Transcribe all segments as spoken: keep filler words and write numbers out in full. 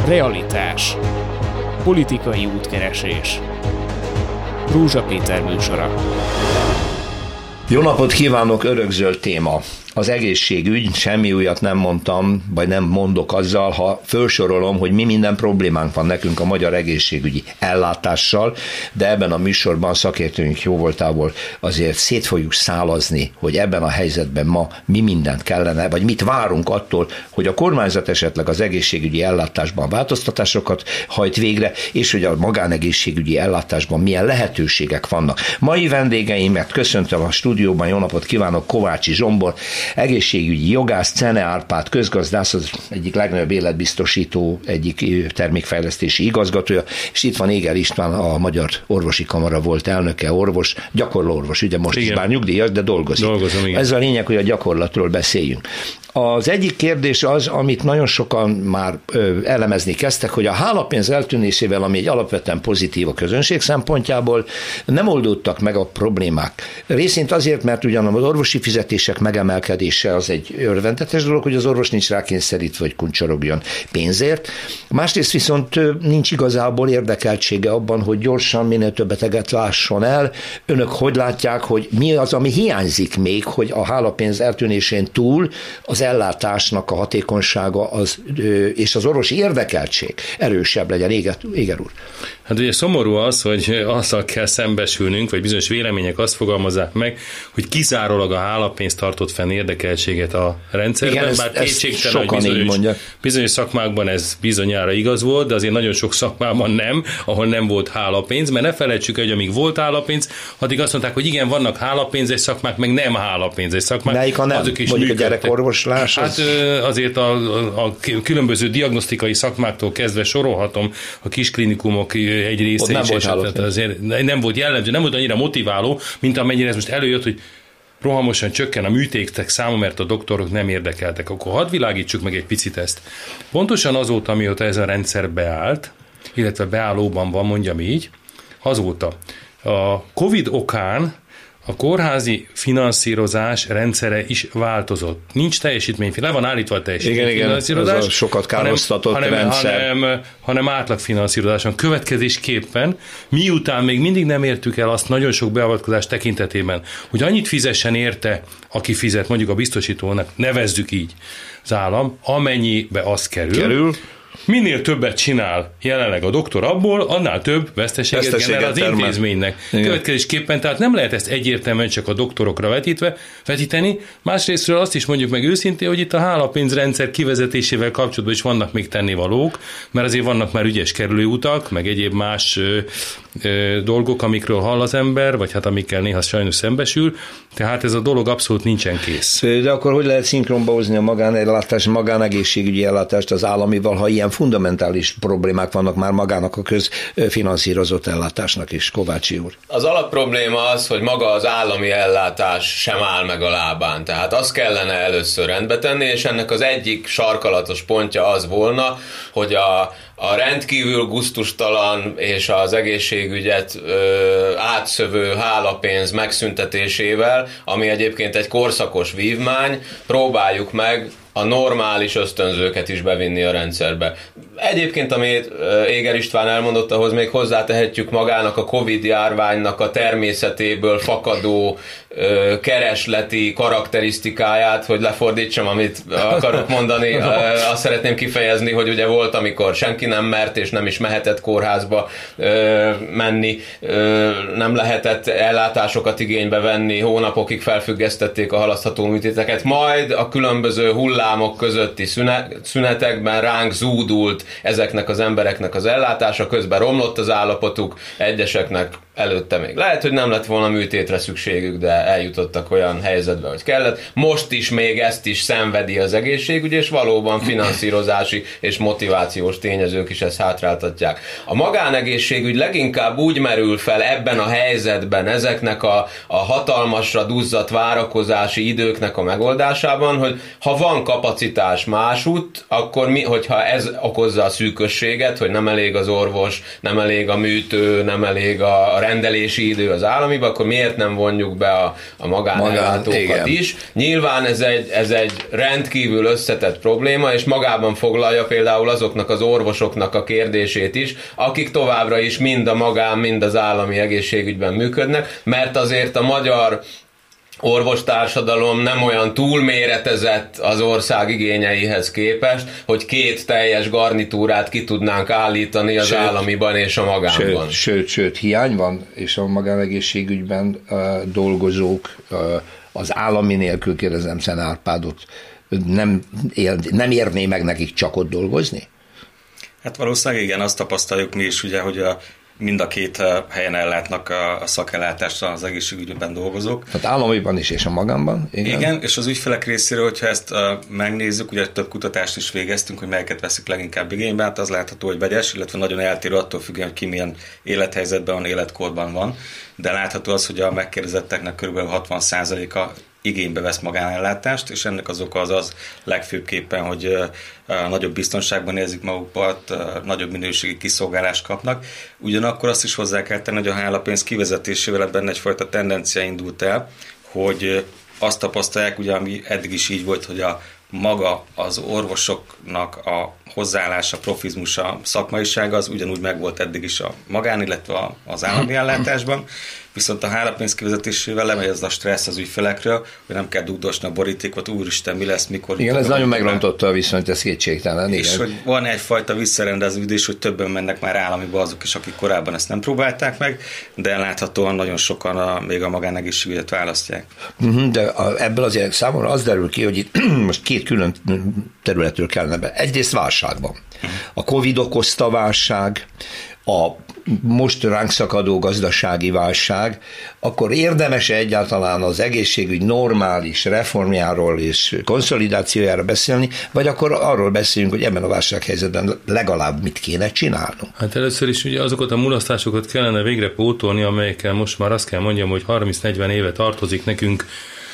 Realitás. Politikai útkeresés. Rózsa Péter műsora. Jó napot kívánok, örökzöld téma. Az egészségügy, semmi újat nem mondtam, vagy nem mondok azzal, ha felsorolom, hogy mi minden problémánk van nekünk a magyar egészségügyi ellátással, de ebben a műsorban szakértőink jóvoltából azért szét fogjuk szálazni, hogy ebben a helyzetben ma mi mindent kellene, vagy mit várunk attól, hogy a kormányzat esetleg az egészségügyi ellátásban változtatásokat hajt végre, és hogy a magánegészségügyi ellátásban milyen lehetőségek vannak. Mai vendégeimet köszöntöm a stúdióban, jó napot kívánok, Kovácsi Zsombor, egészségügyi jogász, Czene Árpád közgazdász, az egyik legnagyobb életbiztosító, egyik termékfejlesztési igazgatója, és itt van Éger István, a Magyar Orvosi Kamara volt elnöke, orvos, gyakorló orvos, ugye most igen. Is bár nyugdíjas, de dolgozik. Dolgozom, igen. Ez a lényeg, hogy a gyakorlatról beszéljünk. Az egyik kérdés az, amit nagyon sokan már ö, elemezni kezdtek, hogy a hálapénz eltűnésével, ami egy alapvetően pozitív a közönség szempontjából, nem oldódtak meg a problémák. Részint azért, mert ugyan az orvosi fizetések megemelkedése az egy örvendetes dolog, hogy az orvos nincs rákényszerítve, hogy kuncsorogjon pénzért. Másrészt viszont nincs igazából érdekeltsége abban, hogy gyorsan minél több beteget lásson el. Önök hogy látják, hogy mi az, ami hiányzik még, hogy a hálapénz eltűnésén túl az ellátásnak a hatékonysága az, és az orvosi érdekeltség erősebb legyen, Éger, Éger úr? Hát ugye szomorú az, hogy azzal kell szembesülnünk, vagy bizonyos vélemények azt fogalmazzák meg, hogy kizárólag a hálapénz tartott fenn érdekeltséget a rendszerben, igen, bár kétségtelen, hogy bizonyos, bizonyos szakmákban ez bizonyára igaz volt, de azért nagyon sok szakmában nem, ahol nem volt hálapénz, mert ne felejtsük el, hogy amíg volt hálapénz, addig azt mondták, hogy igen, vannak hálapénzes szakmák, meg nem hálapénzes szakmák. Melyik, ha nem? Azok is mondjuk működtek. A gyerekorvoslás? Hát azért a, a, a különböző diagnosztikai szakmáktól kezdve sorolhatom a kisklinikumok egy része nem is, volt és hát azért nem volt jellemző, nem volt annyira motiváló, mint amennyire ez most előjött, hogy rohamosan csökken a műtétek száma, mert a doktorok nem érdekeltek. Akkor hadd világítsuk meg egy picit ezt. Pontosan azóta, amióta ez a rendszer beállt, illetve beállóban van, mondjam így, azóta a Covid okán a kórházi finanszírozás rendszere is változott. Nincs teljesítmény, le van állítva a teljesítményfinanszírozás. Igen, igen, sokat károsztatott hanem, rendszer. Hanem, hanem átlagfinanszírozáson. Következésképpen, miután még mindig nem értük el azt nagyon sok beavatkozás tekintetében, hogy annyit fizessen érte, aki fizet, mondjuk a biztosítónak, nevezzük így az állam, amennyibe az kerül, kerül. Minél többet csinál jelenleg a doktor abból, annál több veszteséget, veszteséget generál az termel. Intézménynek. Igen. Következésképpen, tehát nem lehet ezt egyértelműen csak a doktorokra vetítve, vetíteni. Másrésztről azt is mondjuk meg őszintén, hogy itt a hálapénzrendszer kivezetésével kapcsolatban is vannak még tennivalók, mert azért vannak már ügyes kerülőutak, meg egyéb más ö, ö, dolgok, amikről hall az ember, vagy hát amikkel néha sajnos szembesül, tehát ez a dolog abszolút nincsen kész. De akkor hogy lehet szinkronba hozni a magánellátást, magánegészségügyi ellátást az államival, ha ilyen fundamentális problémák vannak már magának a közfinanszírozott ellátásnak is, Kovácsi úr? Az alapprobléma az, hogy maga az állami ellátás sem áll meg a lábán. Tehát azt kellene először rendbe tenni, és ennek az egyik sarkalatos pontja az volna, hogy a, a rendkívül gusztustalan és az egészségügyet ö, átszövő hálapénz megszüntetésével, ami egyébként egy korszakos vívmány, próbáljuk meg a normális ösztönzőket is bevinni a rendszerbe. Egyébként, amit Éger István elmondott, ahhoz még hozzátehetjük magának a Covid járványnak a természetéből fakadó keresleti karakterisztikáját, hogy lefordítsam, amit akarok mondani. Azt szeretném kifejezni, hogy ugye volt, amikor senki nem mert és nem is mehetett kórházba menni, nem lehetett ellátásokat igénybe venni, hónapokig felfüggesztették a halasztható műtéteket, majd a különböző hullámok közötti szünetekben ránk zúdult ezeknek az embereknek az ellátása, közben romlott az állapotuk, egyeseknek előtte még lehet, hogy nem lett volna műtétre szükségük, de eljutottak olyan helyzetbe, hogy kellett. Most is még ezt is szenvedi az egészségügy, és valóban finanszírozási és motivációs tényezők is ezt hátráltatják. A magánegészségügy leginkább úgy merül fel ebben a helyzetben, ezeknek a, a hatalmasra duzzadt várakozási időknek a megoldásában, hogy ha van kapacitás másút, akkor mi, hogyha ez okozza a szűkösséget, hogy nem elég az orvos, nem elég a műtő, nem elég a rendelési idő az államiba, akkor miért nem vonjuk be a, a magánellátókat Magán, is. Nyilván ez egy, ez egy rendkívül összetett probléma, és magában foglalja például azoknak az orvosoknak a kérdését is, akik továbbra is mind a magán, mind az állami egészségügyben működnek, mert azért a magyar orvostársadalom nem olyan túlméretezett az ország igényeihez képest, hogy két teljes garnitúrát ki tudnánk állítani az sőt, államiban és a magánban. Sőt, sőt, sőt, hiány van, és a magánegészségügyben uh, dolgozók uh, az állami nélkül, kérdezem Szent Árpádot, nem, ér, nem érné meg nekik csak ott dolgozni? Hát valószínűleg igen, azt tapasztaljuk mi is, ugye, hogy a mind a két helyen ellátnak a, a szakellátást az egészségügyben dolgozók. Tehát államiban is és a magánban? Igen, igen, és az ügyfelek részéről, hogyha ezt uh, megnézzük, ugye több kutatást is végeztünk, hogy melyeket veszik leginkább igénybe, hát az látható, hogy vegyes, illetve nagyon eltérő attól függően, hogy ki milyen élethelyzetben van, életkorban van, de látható az, hogy a megkérdezetteknek kb. hatvan százaléka igénybe vesz magánellátást, és ennek az oka az az legfőbbképpen, hogy uh, nagyobb biztonságban érzik magukat, uh, nagyobb minőségi kiszolgálást kapnak. Ugyanakkor azt is hozzá kell tenni, hogy a hálapénz kivezetésével ebben egyfajta tendencia indult el, hogy uh, azt tapasztalják, ugye, ami eddig is így volt, hogy a maga az orvosoknak a hozzáállása, profizmusa, szakmaisága az ugyanúgy megvolt eddig is a magán, illetve az állami ellátásban, viszont a hálapénz kivezetésével lemegy ez a stressz az ügyfelekről, hogy nem kell dugdosni a borítékot, úristen, mi lesz, mikor. Igen, ez nagyon megrontotta a viszonyt, ez kétségtelen. És igen. Hogy van egyfajta visszarendeződés, hogy többen mennek már államiba azok is, akik korábban ezt nem próbálták meg, de láthatóan nagyon sokan a, még a magánegészségügyet választják. De a, ebből azért számomra az derül ki, hogy itt most két külön területről kellene be. Egyrészt válságban. A Covid okozta válság, a most ránk szakadó gazdasági válság, akkor érdemes egyáltalán az egészségügy normális reformjáról és konszolidációjára beszélni, vagy akkor arról beszélünk, hogy ebben a válsághelyzetben legalább mit kéne csinálnunk? Hát először is ugye azokat a mulasztásokat kellene végre pótolni, amelyekkel most már azt kell mondjam, hogy harminc-negyven éve tartozik nekünk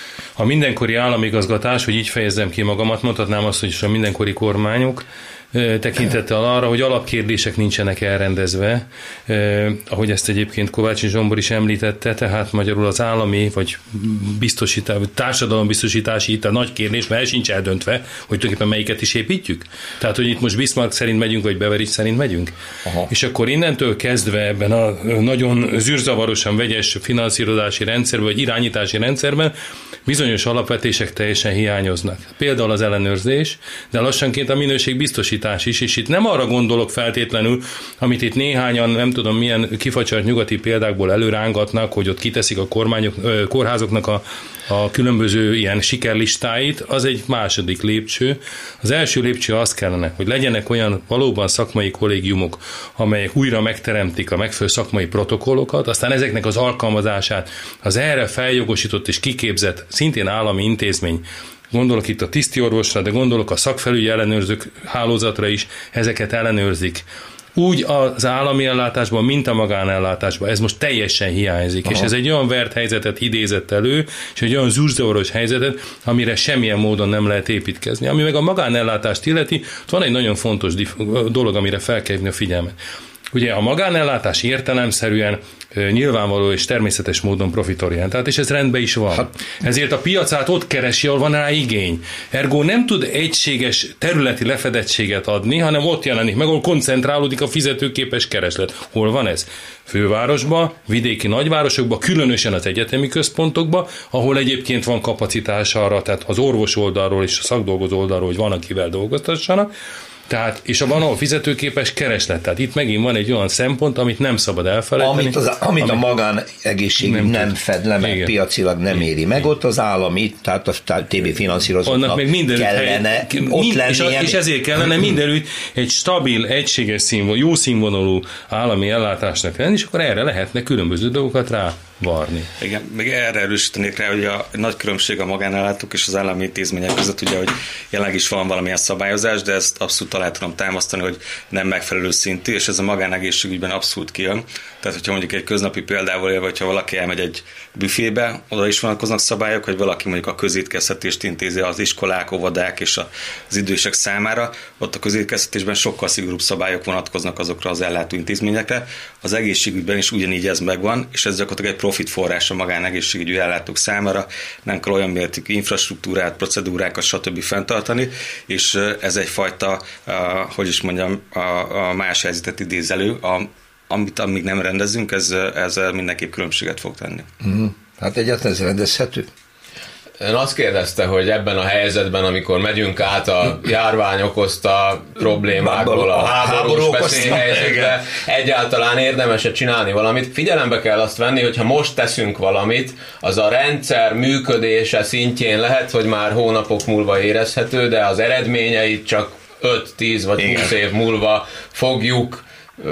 a mindenkori államigazgatás, hogy így fejezzem ki magamat, mondhatnám azt, hogy is a mindenkori kormányok, tekintettel arra, hogy alapkérdések nincsenek elrendezve, eh, ahogy ezt egyébként Kovács Zsombor is említette, tehát magyarul az állami vagy biztosítás, társadalombiztosítási itt a nagy kérdés, mert el sincs eldöntve, hogy tulajdonképpen melyiket is építjük. Tehát, hogy itt most Bismarck szerint megyünk, vagy Beveridge szerint megyünk. Aha. És akkor innentől kezdve ebben a nagyon zűrzavarosan vegyes finanszírozási rendszerben, vagy irányítási rendszerben bizonyos alapvetések teljesen hiányoznak. Például az ellenőrzés, de lassanként a minőségbiztosítás is, és itt nem arra gondolok feltétlenül, amit itt néhányan, nem tudom milyen kifacsart nyugati példákból előrángatnak, hogy ott kiteszik a kormányok, kórházoknak a, a különböző ilyen sikerlistáit, az egy második lépcső. Az első lépcső az kellene, hogy legyenek olyan valóban szakmai kollégiumok, amelyek újra megteremtik a megfelelő szakmai protokollokat, aztán ezeknek az alkalmazását az erre feljogosított és kiképzett, szintén állami intézmény, gondolok itt a tisztiorvosra, de gondolok a szakfelügyi ellenőrzők hálózatra is, ezeket ellenőrzik. Úgy az állami ellátásban, mint a magánellátásban. Ez most teljesen hiányzik, aha. És ez egy olyan vert helyzetet idézett elő, és egy olyan zúrzavaros helyzetet, amire semmilyen módon nem lehet építkezni. Ami meg a magánellátást illeti, van egy nagyon fontos dolog, amire fel kell hívni a figyelmet. Ugye a magánellátás értelemszerűen nyilvánvaló és természetes módon profitorientált, és ez rendben is van. Hát. Ezért a piacát ott keresi, ahol van rá igény. Ergo nem tud egységes területi lefedettséget adni, hanem ott jelenik meg, ahol koncentrálódik a fizetőképes kereslet. Hol van ez? Fővárosba, vidéki nagyvárosokba, különösen az egyetemi központokba, ahol egyébként van kapacitás arra, tehát az orvos oldalról és a szakdolgozó oldalról, hogy van, akivel dolgoztassanak. Tehát, és abban a fizetőképes kereslet. Tehát itt megint van egy olyan szempont, amit nem szabad elfelejteni. Amit, az, amit, amit a magánegészségügy nem, nem fed le, meg piacilag nem éri igen. meg, ott az állami, tehát a té bé finanszírozottnak kellene hely, ott mind, lennie. És, és ezért kellene mindenütt egy stabil, egységes színvonalú, jó színvonalú állami ellátásnak lenni, és akkor erre lehetne különböző dolgokat rá varni. Igen, még erre erősítenék rá, hogy a nagy különbség a magánellátók és az állami intézmények között, ugye, hogy jelenleg is van valamilyen szabályozás, de ezt abszolút alá tudom támasztani, hogy nem megfelelő szintű, és ez a magánegészségügyben abszolút kijön. Tehát, hogyha mondjuk egy köznapi példával élve, hogyha valaki elmegy egy büfébe, oda is vonatkoznak szabályok, hogy valaki mondjuk a közétkeztetést intézi az iskolák, óvodák és az idősek számára, ott a közétkeztetésben sokkal szigorúbb szabályok vonatkoznak azokra az ellátó intézményekre. Az egészségügyben is ugyanígy ez megvan, és ez gyakorlatilag egy profit forrás a magánegészségügyi ellátók számára, nem kell olyan mértékű infrastruktúrát, procedúrákat, stb. Fenntartani, és ez egyfajta, hogy is mondjam, a más helyzetet idézelő, a amit amíg nem rendezünk, ez, ez mindenképp különbséget fog tenni. Mm. Hát egyáltalán ez rendezhető? Ön azt kérdezte, hogy ebben a helyzetben, amikor megyünk át a járvány okozta problémákból a háborús veszélyhelyzetre, egyáltalán érdemes-e csinálni valamit? Figyelembe kell azt venni, hogy ha most teszünk valamit, az a rendszer működése szintjén lehet, hogy már hónapok múlva érezhető, de az eredményeit csak öt-tíz vagy húsz év múlva fogjuk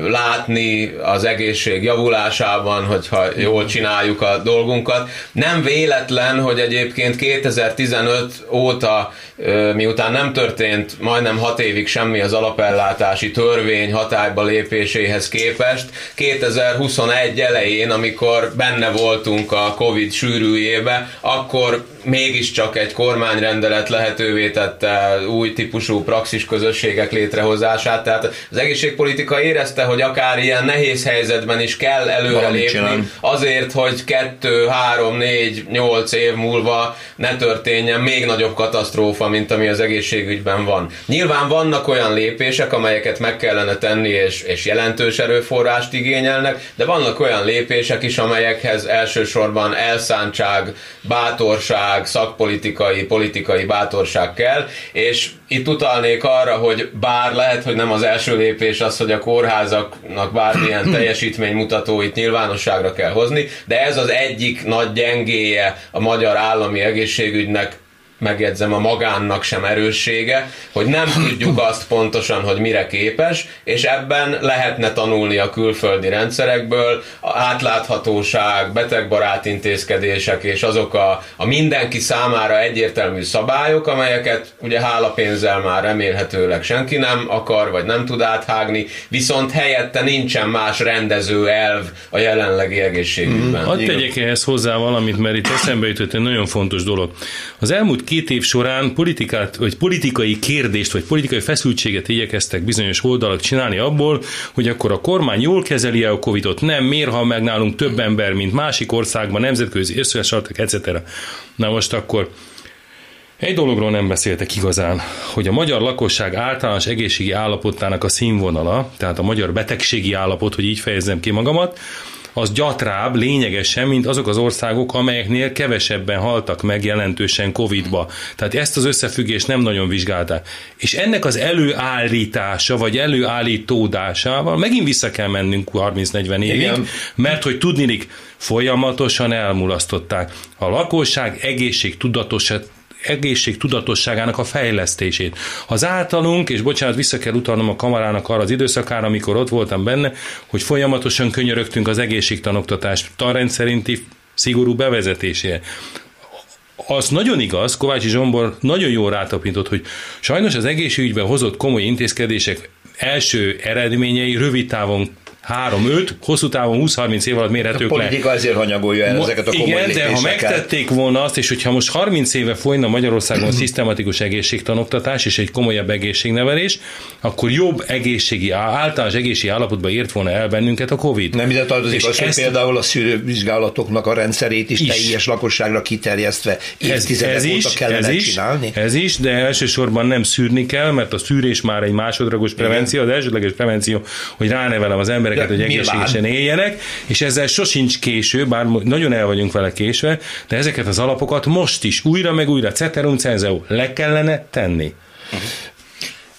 látni az egészség javulásában, hogyha jól csináljuk a dolgunkat. Nem véletlen, hogy egyébként kétezer-tizenöt óta, miután nem történt majdnem hat évig semmi az alapellátási törvény hatályba lépéséhez képest, kétezer-huszonegy elején, amikor benne voltunk a Covid sűrűjébe, akkor mégiscsak egy kormányrendelet lehetővé tette új típusú praxis közösségek létrehozását, tehát az egészségpolitika érezte, hogy akár ilyen nehéz helyzetben is kell előrelépni azért, hogy kettő, három, négy, nyolc év múlva ne történjen még nagyobb katasztrófa, mint ami az egészségügyben van. Nyilván vannak olyan lépések, amelyeket meg kellene tenni, és, és jelentős erőforrást igényelnek, de vannak olyan lépések is, amelyekhez elsősorban elszántság, bátorság, szakpolitikai, politikai bátorság kell, és itt utalnék arra, hogy bár lehet, hogy nem az első lépés az, hogy a kórházaknak bármilyen teljesítménymutatóit nyilvánosságra kell hozni, de ez az egyik nagy gyengéje a magyar állami egészségügynek, megjegyzem, a magánnak sem erőssége, hogy nem tudjuk azt pontosan, hogy mire képes, és ebben lehetne tanulni a külföldi rendszerekből, a átláthatóság, betegbarát intézkedések és azok a, a mindenki számára egyértelmű szabályok, amelyeket ugye hálapénzzel már remélhetőleg senki nem akar, vagy nem tud áthágni, viszont helyette nincsen más rendező elv a jelenlegi egészségügyben. Mm, hadd tegyek ehhez hozzá valamit, mert itt eszembe jutott egy nagyon fontos dolog. Az elmúlt két év során politikát, vagy politikai kérdést, vagy politikai feszültséget igyekeztek bizonyos oldalak csinálni abból, hogy akkor a kormány jól kezeli a Covidot, nem, miért hal meg nálunk több ember, mint másik országban, nemzetközi összehasonlítások, et cetera. Na most akkor egy dologról nem beszéltek igazán, hogy a magyar lakosság általános egészségi állapotának a színvonala, tehát a magyar betegségi állapot, hogy így fejezzem ki magamat, az gyatrább lényegesen, mint azok az országok, amelyeknél kevesebben haltak meg jelentősen Covidba. Tehát ezt az összefüggést nem nagyon vizsgálták. És ennek az előállítása, vagy előállítódásával megint vissza kell mennünk harminc-negyven évig, igen, mert hogy tudnilik, folyamatosan elmulasztották a lakosság egészségtudatosát, egészségtudatosságának a fejlesztését. Az általunk, és bocsánat, vissza kell utalnom a kamarának arra az időszakára, amikor ott voltam benne, hogy folyamatosan könyörögtünk az egészségtanoktatás tanrendszerinti szigorú bevezetésére. Az nagyon igaz, Kovácsi Zsombor nagyon jól rátapintott, hogy sajnos az egészségügyben hozott komoly intézkedések első eredményei rövid távon három-öt, hosszú távon húsz-harminc év alatt mérhetők le. A politika ezért hanyagolja el ezeket a komoly igen, lépéseket. De ha megtették volna azt, és hogyha most harminc éve folyna Magyarországon szisztematikus egészségtanoktatás és egy komolyabb egészségnevelés, akkor jobb egészségi, általános egészségi állapotba ért volna el bennünket a Covid. Nem ide tartozik az, hogy ezt... például a szűrővizsgálatoknak a rendszerét is, is teljes lakosságra kiterjesztve évtizedek ez, ez óta kellene ez csinálni? Is, ez is, de elsősorban nem szűrni kell, mert a szűrés már egy másodlagos prevenció, az elsődleges prevenció, hogy ránevelem az embereket, hogy egészségesen éljenek, és ezzel sosincs késő, bár nagyon el vagyunk vele késve, de ezeket az alapokat most is újra meg újra, ceterum censeo, le kellene tenni.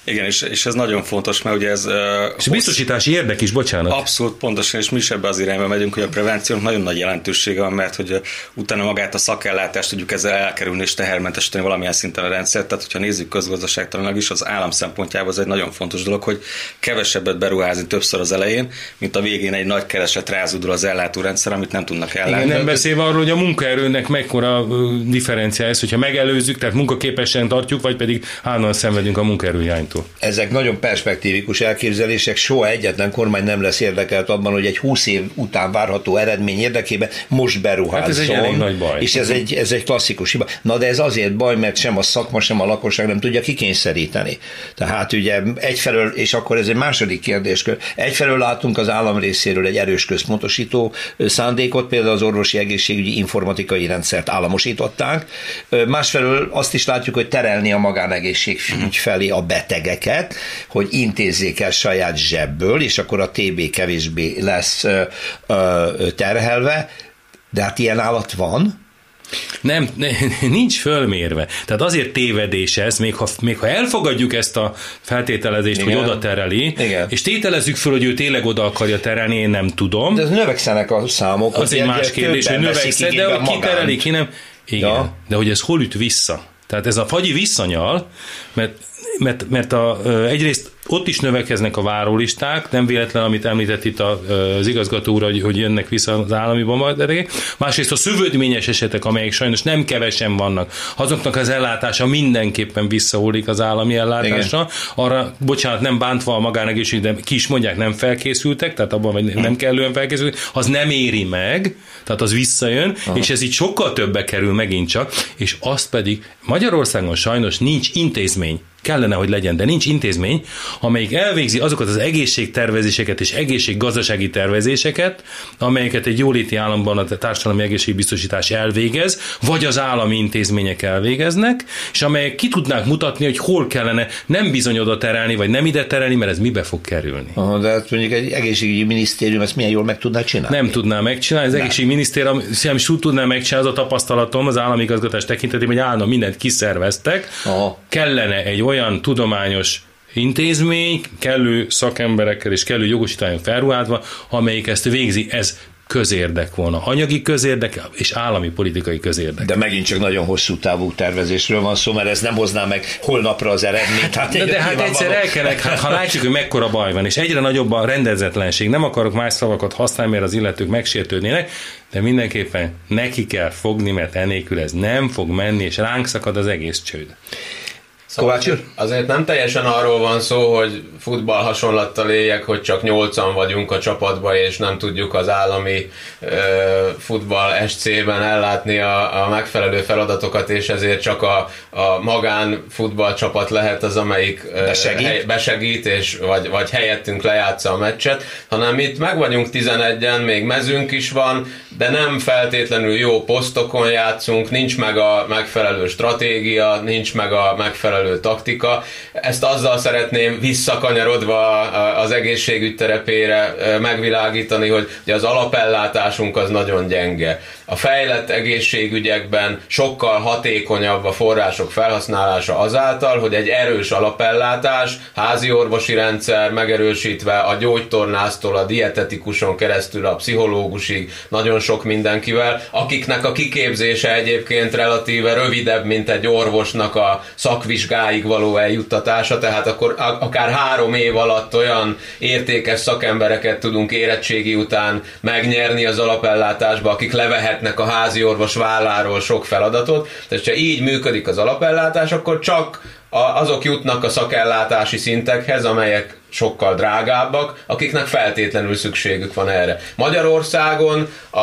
Igen, és, és ez nagyon fontos, mert ugye ez... Uh, és biztosítási érdek is, bocsánat. Abszolút, pontosan, és mi is ebbe az irányba megyünk, hogy a prevenciónak nagyon nagy jelentősége van, mert hogy utána magát a szakellátást tudjuk ezzel elkerülni és tehermentesíteni valamilyen szinten a rendszert. Tehát, hogyha nézzük közgazdaságtanilag is, az állam szempontjából ez egy nagyon fontos dolog, hogy kevesebbet beruházni többször az elején, mint a végén egy nagy kereset rázódul az ellátórendszer, amit nem tudnak ellátni. Igen, nem beszélve arról, hogy a munkaerőnek mekkora differencia ez, hogyha megelőzzük, tehát munkaképesen tartjuk, vagy pedig állandóan szenvedünk a munkaerőhiánytól. Ezek nagyon perspektívikus elképzelések, soha egyetlen kormány nem lesz érdekelt abban, hogy egy húsz év után várható eredmény érdekében most beruházzon. Hát ez egy elég nagy baj. És ez egy, ez egy klasszikus hiba. Na de ez azért baj, mert sem a szakma, sem a lakosság nem tudja kikényszeríteni. Tehát ugye egyfelől, és akkor ez egy második kérdéskör, egyfelől látunk az állam részéről egy erős központosító szándékot, például az orvosi egészségügyi informatikai rendszert államosították, másfelől azt is látjuk, hogy terelni a magánegészségügy felé a betegeket, hogy intézzék el saját zsebből, és akkor a té bé kevésbé lesz ö, ö, terhelve, de hát ilyen állat van. Nem, nincs fölmérve. Tehát azért tévedés ez, még ha, még ha elfogadjuk ezt a feltételezést, igen, hogy oda tereli, igen, és tételezzük föl, hogy ő tényleg oda akarja terelni, én nem tudom. De növekszenek a számok. Az egy más kérdés, hogy növekszik, de hogy ki tereli, ki nem. Igen, ja, de hogy ez hol üt vissza? Tehát ez a fagyi visszanyal, mert Mert, mert a, egyrészt ott is növekeznek a várólisták, nem véletlen, amit említett itt az igazgató úr, hogy, hogy jönnek vissza az állami bombardérek. Másrészt a szövődményes esetek, amelyek sajnos nem kevesen vannak, azoknak az ellátása mindenképpen visszahullik az állami ellátásra. Igen. Arra, bocsánat, nem bántva a magánegészségügy, de ki is mondják, nem felkészültek, tehát abban vagy nem kellően felkészültek, az nem éri meg, tehát az visszajön, aha, és ez így sokkal többbe kerül megint csak, és azt pedig Magyarországon sajnos nincs intézmény, kellene, hogy legyen, de nincs intézmény, amelyik elvégzi azokat az egészségtervezéseket és egészséggazdasági tervezéseket, amelyeket egy jóléti államban a társadalmi egészségbiztosítás elvégez, vagy az állami intézmények elvégeznek, és amelyek ki tudnák mutatni, hogy hol kellene nem bizony oda terelni, vagy nem ide terelni, mert ez mibe fog kerülni. Aha, de hát mondjuk egy egészségügyi minisztérium ezt milyen jól meg tudná csinálni? Nem tudná megcsinálni, az egészségminisztérium is úgy tudná megcsinálni, az a tapasztalatom az állami igazgatás tekintetében, hogy állna mindent kiszerveztek, aha, kellene egy olyan tudományos intézmény, kellő szakemberekkel és kellő jogosítványon felruházva, amelyik ezt végzi, ez közérdek volna. Anyagi közérdek és állami politikai közérdek. De megint csak nagyon hosszú távú tervezésről van szó, mert ez nem hozná meg holnapra az eredményt. Hát de, de hát egyszer el kell, hát, ha látjuk, hogy mekkora baj van, és egyre nagyobb a rendezetlenség, nem akarok más szavakat használni, mert az illetők megsértődnének, de mindenképpen neki kell fogni, mert enélkül ez nem fog menni, és ránk szakad az egész csőd. Szóval azért nem teljesen arról van szó, hogy futball hasonlattal éljek, hogy csak nyolcan vagyunk a csapatban, és nem tudjuk az állami ö, futball es cében ellátni a, a megfelelő feladatokat, és ezért csak a, a magán futball csapat lehet az, amelyik ö, besegít, hely, besegít és, vagy, vagy helyettünk lejátsza a meccset, hanem itt meg vagyunk tizenegyen, még mezünk is van, de nem feltétlenül jó posztokon játszunk, nincs meg a megfelelő stratégia, nincs meg a megfelelő taktika. Ezt azzal szeretném visszakanyarodva az egészségügy terepére megvilágítani, hogy az alapellátásunk az nagyon gyenge. A fejlett egészségügyekben sokkal hatékonyabb a források felhasználása azáltal, hogy egy erős alapellátás, házi orvosi rendszer megerősítve a gyógytornásztól a dietetikuson keresztül a pszichológusig, nagyon sok mindenkivel, akiknek a kiképzése egyébként relatíve rövidebb, mint egy orvosnak a szakvizsgáig való eljuttatása, tehát akkor akár három év alatt olyan értékes szakembereket tudunk érettségi után megnyerni az alapellátásba, akik levehetnek a házi orvos válláról sok feladatot. Tehát ha így működik az alapellátás, akkor csak azok jutnak a szakellátási szintekhez, amelyek sokkal drágábbak, akiknek feltétlenül szükségük van erre. Magyarországon a,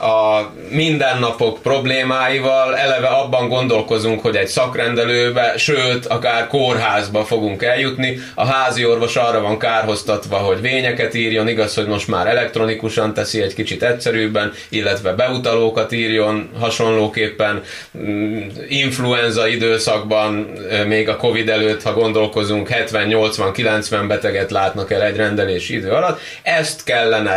a mindennapok problémáival eleve abban gondolkozunk, hogy egy szakrendelőbe, sőt, akár kórházba fogunk eljutni. A házi orvos arra van kárhoztatva, hogy vényeket írjon, igaz, hogy most már elektronikusan teszi egy kicsit egyszerűbben, illetve beutalókat írjon, hasonlóképpen influenza időszakban, még a Covid előtt, ha gondolkozunk, hetven nyolcvan kilencven beteget látnak el egy rendelési idő alatt. Ezt kellene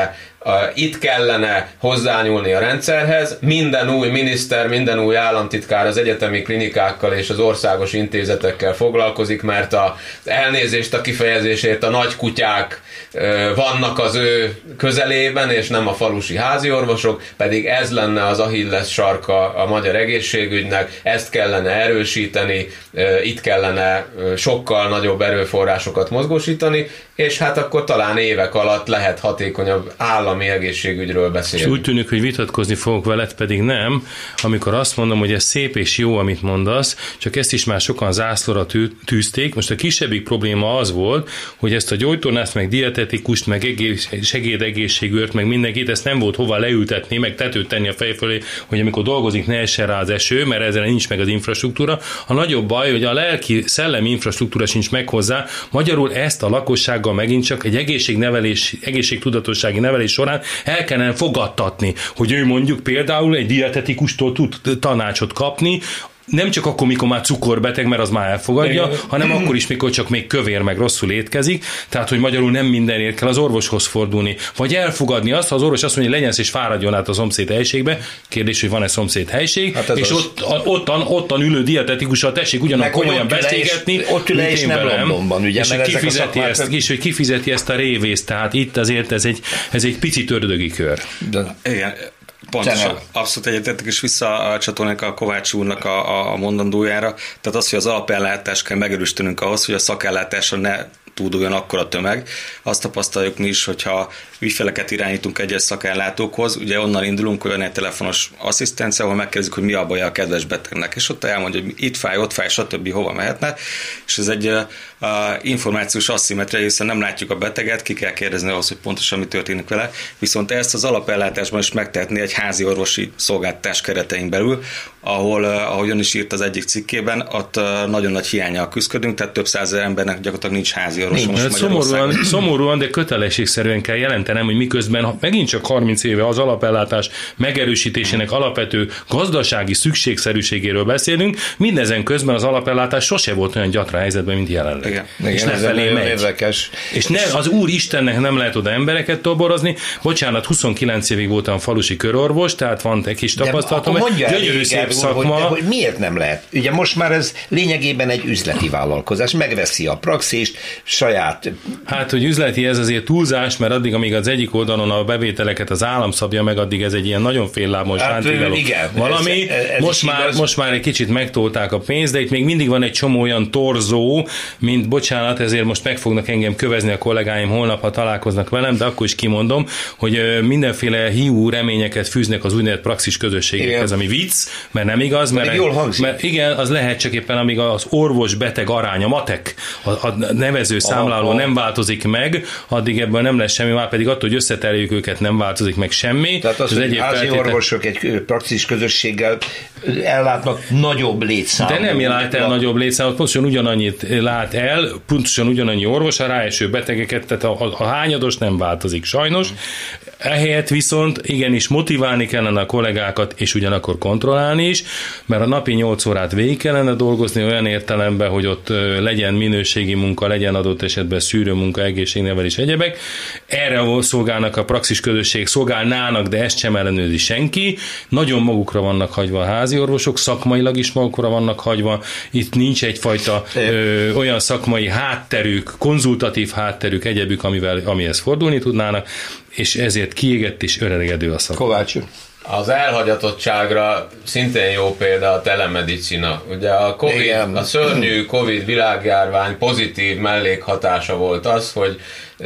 Itt kellene hozzányúlni a rendszerhez, minden új miniszter, minden új államtitkár az egyetemi klinikákkal és az országos intézetekkel foglalkozik, mert az elnézést a kifejezésért a nagy kutyák vannak az ő közelében, és nem a falusi háziorvosok, pedig ez lenne az Achilles sarka a magyar egészségügynek, ezt kellene erősíteni, itt kellene sokkal nagyobb erőforrásokat mozgósítani, és hát akkor talán évek alatt lehet hatékonyabb állami egészségügyről beszélni. És úgy tűnik, hogy vitatkozni fogok veled, pedig nem, amikor azt mondom, hogy ez szép és jó, amit mondasz, csak ezt is már sokan zászlóra tűzték. Most a kisebbik probléma az volt, hogy ezt a gyógytornászt, meg dietetikust, meg egész, segédegészségügyet, meg mindenkit, ezt nem volt hova leültetni, meg tetőt tenni a fej fölé, hogy amikor dolgozik, ne essen rá az eső, mert ezzel nincs meg az infrastruktúra. A nagyobb baj, hogy a lelki, szellemi infrastruktúra sincs meg hozzá. Magyarul ezt a lakossággal megint csak egy egészségnevelés, egészségtudatossági nevelés során el kellene fogadtatni, hogy ő mondjuk például egy dietetikustól tud tanácsot kapni, nem csak akkor, mikor már cukorbeteg, mert az már elfogadja, de, hanem akkor is, mikor csak még kövér, meg rosszul étkezik, tehát, hogy magyarul nem mindenért kell az orvoshoz fordulni. Vagy elfogadni azt, ha az orvos azt mondja, hogy legyen és fáradjon át a szomszéd helységbe, kérdés, hogy van-e szomszéd helység, hát és ott, ottan, ottan ülő dietetikussal tessék ugyanak komolyan beszélgetni, ott ül és nem Londonban, ugye, és, hogy kifizeti ezt, és hogy kifizeti ezt a révészt, tehát itt azért ez egy, ez egy picit ördögi kör. De, igen. Pontosan, abszolút egyetértek, és visszacsatolnék a Kovács úrnak a, a mondandójára. Tehát az, hogy az alapellátást kell megerősítenünk ahhoz, hogy a szakellátásra ne túlduljon akkora tömeg. Azt tapasztaljuk mi is, hogyha ügyfeleket irányítunk egyes szakellátókhoz, ugye onnan indulunk, hogy van egy telefonos asszisztencia, ahol megkérdezik, hogy mi a baja a kedves betegnek, és ott elmondja, hogy itt fáj, ott fáj, stb. Hova mehetne, és ez egy uh, információs asszimetria, hiszen nem látjuk a beteget, ki kell kérdezni ahhoz, hogy pontosan mi történik vele, viszont ezt az alapellátásban is megtehetné egy házi orvosi szolgáltatás keretein belül, ahol, uh, ahogy ön is írt az egyik cikkében, ott uh, nagyon nagy hiánnyal küzdködünk, tehát több százezer embernek gyakorlatilag nincs házi orvos most szomorúan, szomorúan, de kötelességszerűen kell jelentenem, hogy miközben megint csak harminc éve az alapellátás megerősítésének alapvető gazdasági szükségszerűségéről beszélünk, mindezen közben az alapellátás sose volt olyan gyatra helyzetben, mint jelenleg. Igen. És Igen, lefelé megy. Érdekes. És ne, az Úr Istennek nem lehet oda embereket toborozni. Bocsánat, huszonkilenc évig voltam falusi körorvos, tehát van egy kis tapasztalatom. Gyönyörű szép szakma. Hogy, hogy miért nem lehet? Ugye most már ez lényegében egy üzleti vállalkozás. Megveszi a praxist, saját... Hát, hogy üzleti ez azért túlzás, mert addig, amíg az egyik oldalon a bevételeket az állam szabja meg, addig ez egy ilyen nagyon féllábon hát, sántigaló valami. Ez, ez most, már, most már egy kicsit megtolták a pénzt, de itt még mindig van egy csomó olyan torzó, mint bocsánat, ezért most meg fognak engem kövezni a kollégáim holnap, ha találkoznak velem, de akkor is kimondom, hogy mindenféle hiú reményeket fűznek az úgynevezett praxis közösségekhez, ami vicc, mert nem igaz, mert, jól mert igen, az lehet csak éppen, amíg az orvos-beteg arány, a matek, a, a nevező számláló Aha. nem változik meg, addig ebből nem lesz semmi, már pedig attól, hogy összetereljük őket, nem változik meg semmi. Tehát az, az hogy házi feltétel... orvosok egy praxis közösséggel ellátnak nagyobb létszámot. De nem lát el nagyobb létszámot, pontosan ugyanannyit lát el, pontosan ugyanannyi orvos, a ráeső betegeket, tehát a, a hányados nem változik sajnos. Ehelyett viszont igenis motiválni kellene a kollégákat, és ugyanakkor kontrollálni is, mert a napi nyolc órát végig kellene dolgozni olyan értelemben, hogy ott legyen minőségi munka, legyen adott esetben szűrőmunka, egészségnevelés, egyebek. Erre szolgálnak a praxis közösség, szolgálnának, de ezt sem ellenőrzi senki. Nagyon magukra vannak hagyva a házi orvosok, szakmailag is magukra vannak hagyva. Itt nincs egyfajta ö, olyan szakmai hátterük, konzultatív hátterük, egyebük, amivel, amihez fordulni tudnának, és ezért kiégett és öregedő a szakma. Kovács. Az elhagyatottságra szintén jó példa a telemedicina. Ugye a COVID, Igen. a szörnyű Covid világjárvány pozitív mellékhatása volt az, hogy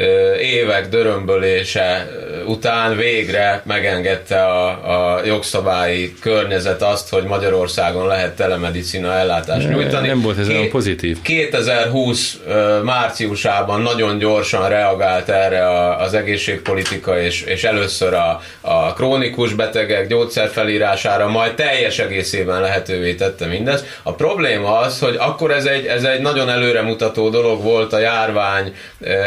évek dörömbölése után végre megengedte a, a jogszabályi környezet azt, hogy Magyarországon lehet telemedicina ellátást nyújtani. Nem volt ez olyan pozitív. kétezer-húsz márciusában nagyon gyorsan reagált erre az egészségpolitika, és, és először a, a krónikus betegek gyógyszerfelírására, majd teljes egészében lehetővé tette mindezt. A probléma az, hogy akkor ez egy, ez egy nagyon előremutató dolog volt a járvány elején,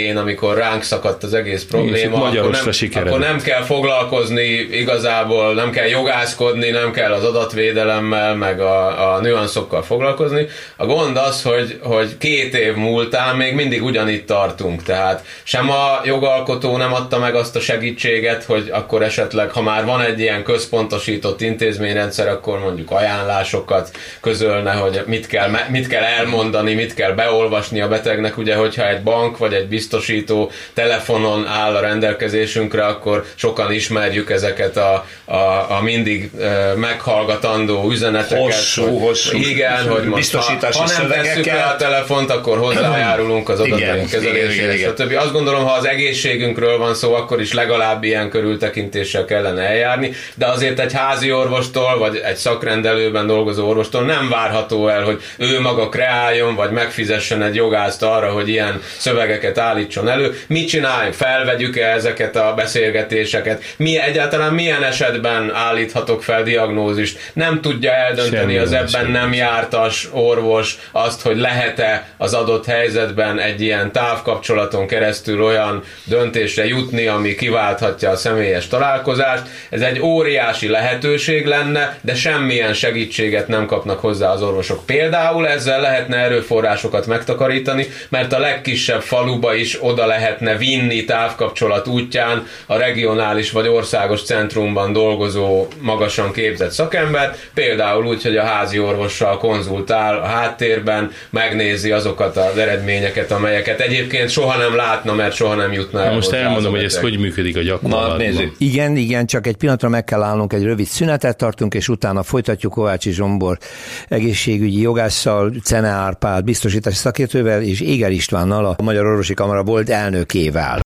elején, amikor ránk szakadt az egész probléma, akkor nem, akkor nem kell foglalkozni igazából, nem kell jogászkodni, nem kell az adatvédelemmel, meg a, a nüanszokkal foglalkozni. A gond az, hogy, hogy két év múltán még mindig ugyanitt tartunk, tehát sem a jogalkotó nem adta meg azt a segítséget, hogy akkor esetleg, ha már van egy ilyen központosított intézményrendszer, akkor mondjuk ajánlásokat közölne, hogy mit kell, mit kell elmondani, mit kell beolvasni a betegnek. Ugye, hogyha egy bank vagy egy biztosító telefonon áll a rendelkezésünkre, akkor sokan ismerjük ezeket a, a, a mindig e, meghallgatandó üzeneteket. Hosszú, hogy, hosszú. Igen, hogy most ha, ha nem tesszük le a telefont, akkor hozzájárulunk az adataink kezelésére, stb. Azt gondolom, ha az egészségünkről van szó, akkor is legalább ilyen körültekintéssel kellene eljárni, de azért egy házi orvostól, vagy egy szakrendelőben dolgozó orvostól nem várható el, hogy ő maga kreáljon, vagy megfizessen egy jogászt arra, hogy ilyen szövegeket állítson elő. Mit csináljunk? Felvegyük-e ezeket a beszélgetéseket? Mi egyáltalán milyen esetben állíthatok fel diagnózist? Nem tudja eldönteni az ebben nem jártas orvos azt, hogy lehet-e az adott helyzetben egy ilyen távkapcsolaton keresztül olyan döntésre jutni, ami kiválthatja a személyes találkozást. Ez egy óriási lehetőség lenne, de semmilyen segítséget nem kapnak hozzá az orvosok. Például ezzel lehetne erőforrásokat megtakarítani, mert a legkisebb faluba is oda lehetne vinni távkapcsolat útján a regionális vagy országos centrumban dolgozó, magasan képzett szakembert, például úgy, hogy a házi orvossal konzultál a háttérben, megnézi azokat az eredményeket, amelyeket egyébként soha nem látna, mert soha nem jutna el. Most elmondom, hogy ez hogy működik a gyakorlatban. Igen, igen, csak egy pillanatra meg kell állnunk, egy rövid szünetet tartunk, és utána folytatjuk Kovácsi Zsombor egészségügyi jogásszal, Czene Árpád biztosítási szakértővel, és Éger Istvánnal, a Magyar Orvosi Kamara volt elnökével.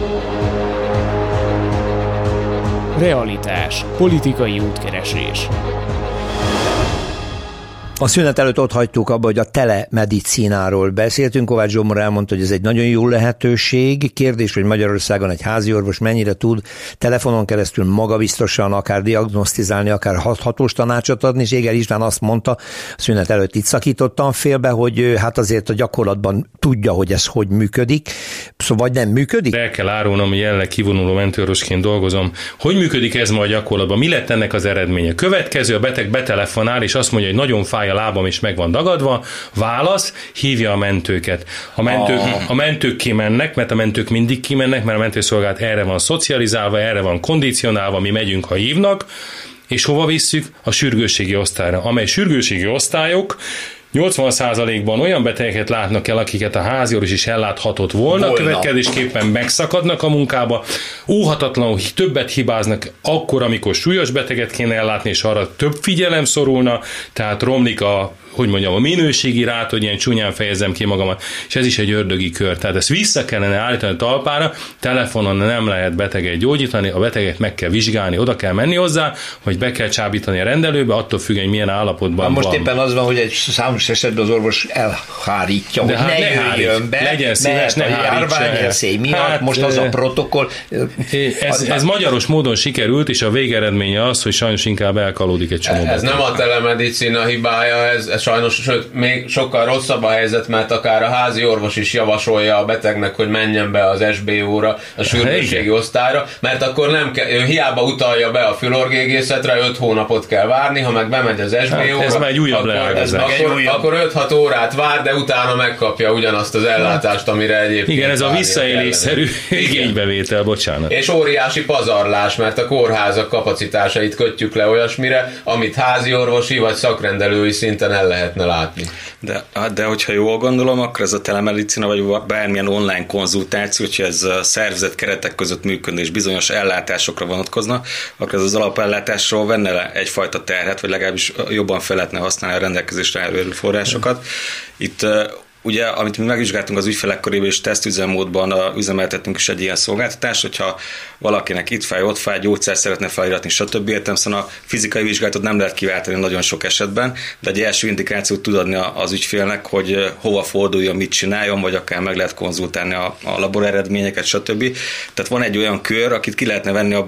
Realitás. Politikai útkeresés. A szünet előtt ott hagytuk abba, hogy a telemedicináról beszéltünk. Kovács Zsombor elmondta, hogy ez egy nagyon jó lehetőség. Kérdés, hogy Magyarországon egy háziorvos mennyire tud telefonon keresztül magabiztosan akár diagnosztizálni, akár hathatós tanácsot adni, és Éger István azt mondta, a szünet előtt itt szakítottam félbe, hogy hát azért a gyakorlatban tudja, hogy ez hogy működik. Szóval vagy nem működik? El kell árulnom, hogy jelenleg kivonuló mentőorvosként dolgozom. Hogy működik ez ma a gyakorlatban? Mi lett ennek az eredménye? Következő, a beteg betelefonál, és azt mondja, hogy nagyon fáj a lábam is meg van dagadva, válasz, hívja a mentőket. A mentők, a mentők kimennek, mert a mentők mindig kimennek, mert a mentőszolgálat erre van szocializálva, erre van kondicionálva, mi megyünk, ha hívnak, és hova visszük? A sürgősségi osztályra, amely sürgősségi osztályok nyolcvan százalékban olyan betegeket látnak el, akiket a háziorvos is elláthatott volna, volna. Következésképpen megszakadnak a munkába, óhatatlanul többet hibáznak akkor, amikor súlyos beteget kéne ellátni, és arra több figyelem szorulna, tehát romlik a hogy mondjam, a minőségi rát, hogy ilyen csúnyán fejezem ki magamat, és ez is egy ördögi kör. Tehát ezt vissza kellene állítani a talpára, telefonon nem lehet beteget gyógyítani, a beteget meg kell vizsgálni, oda kell menni hozzá, vagy be kell csábítani a rendelőbe, attól függően, hogy milyen állapotban ha most van. Éppen az van, hogy egy számos esetben az orvos elhárítja, de hogy hát ne, ne jöjjön be, legyen szíves, ne a járványveszély miatt, hát, most az a protokoll. Ez, ez magyaros módon sikerült, és a végeredménye az, hogy sajnos inkább elkalódik egy csomó. Ez nem a telemedicina hibája, ez, ez sajnos, sőt, még sokkal rosszabb a helyzet, mert akár a házi orvos is javasolja a betegnek, hogy menjen be az es bé ó-ra, a sürgősségi osztályra, mert akkor nem kell, ő hiába utalja be a fülorgégészetre, öt hónapot kell várni, ha meg bemegy az es bé ó-ra, ez már egy újabb leágazás. Akkor, akkor öt-hat órát vár, de utána megkapja ugyanazt az ellátást, amire egyébként. Igen, ez a visszaélésszerű igénybevétel, bocsánat. És óriási pazarlás, mert a kórházak kapacitásait kötjük le olyasmire, amit házi orvosi vagy szakrendelői szinten el lehetne látni. De, de hogyha jól gondolom, akkor ez a telemedicina vagy bármilyen online konzultáció, hogyha ez a szervezet keretek között működne és bizonyos ellátásokra vonatkozna, akkor ez az alapellátásról venne le egyfajta terhet, vagy legalábbis jobban fel lehetne használni a rendelkezésre álló erőforrásokat. Itt ugye, amit mi megvizsgáltunk az ügyfelek körében, és tesztüzemmódban üzemeltettünk is egy ilyen szolgáltatást, hogyha valakinek itt fáj, ott fáj, gyógyszer szeretne feliratni, stb. Értem, szóval a fizikai vizsgálatot nem lehet kiváltani nagyon sok esetben, de egy első indikációt tud adni az ügyfélnek, hogy hova forduljon, mit csináljon, vagy akár meg lehet konzultálni a, a labor eredményeket, stb. Tehát van egy olyan kör, akit ki lehetne venni abból a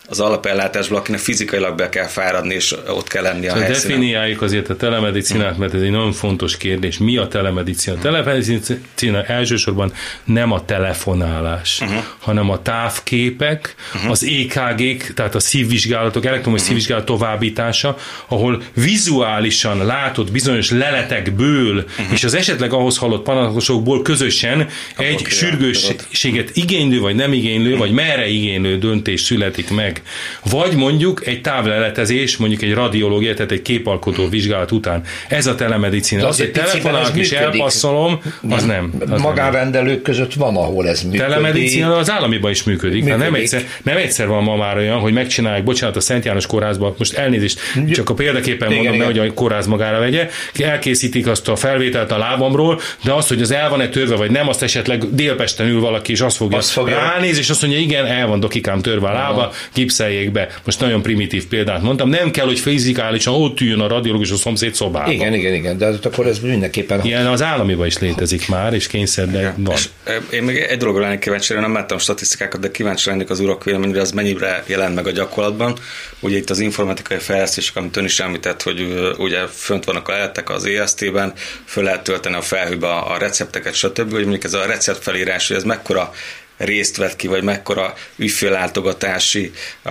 az alapellátásból, akinek fizikailag be kell fáradni, és ott kell lenni a szóval helyszínen. Definiáljuk azért a telemedicinát, mert ez egy nagyon fontos kérdés. Mi a telemedicina? A telemedicina elsősorban nem a telefonálás, uh-huh. hanem a távképek, uh-huh. az é ká gék, tehát a szívvizsgálatok, elektromos uh-huh. szívvizsgálat továbbítása, ahol vizuálisan látod bizonyos leletekből, uh-huh. és az esetleg ahhoz hallott panaszosokból közösen a egy sürgősséget igénylő, vagy nem igénylő, uh-huh. vagy merre igénylő döntés születik meg. Vagy mondjuk egy távleletezés, mondjuk egy radiológia, tehát egy képalkotó vizsgálat után. Ez a telemedicina. Az, hogy telefonálok és elpasszolom, az nem. Az magánrendelők nem. között van, ahol ez működik. Telemedicina az államiban is működik. működik. Nem, egyszer, nem egyszer van ma már olyan, hogy megcsinálják, bocsánat, a Szent János kórházban, most elnézést, csak a példaképpen igen, mondom, nehogy a kórház magára vegye, elkészítik azt a felvételt a lábamról, de azt, hogy az el van-e törve, vagy nem, azt esetleg Délpesten ül valaki, és azt fogja, azt fogja. ránéz, és azt mondja, igen, el van dokikám törve a lába, gipszeljék be. Most nagyon primitív példát mondtam. Nem kell, hogy fizikálisan ott üljön a radiológus a szomszéd szobában. Igen, igen, igen, de akkor ez mindenképpen... Ilyen az államiban is létezik már, és kényszer, de van. És én még egy dologra lennék kíváncsi, nem láttam statisztikákat, de kíváncsi lennék az urak véleményére, az mennyire jelent meg a gyakorlatban. Ugye itt az informatikai fejlesztések, amit ön is említett, hogy ugye fönt vannak a leletek az é es té-ben, föl lehet tölteni a felhőbe a recepteket, stb. Hogy mondjuk ez a receptfelírás, hogy ez mekkora részt vett ki, vagy mekkora ügyféllátogatási uh,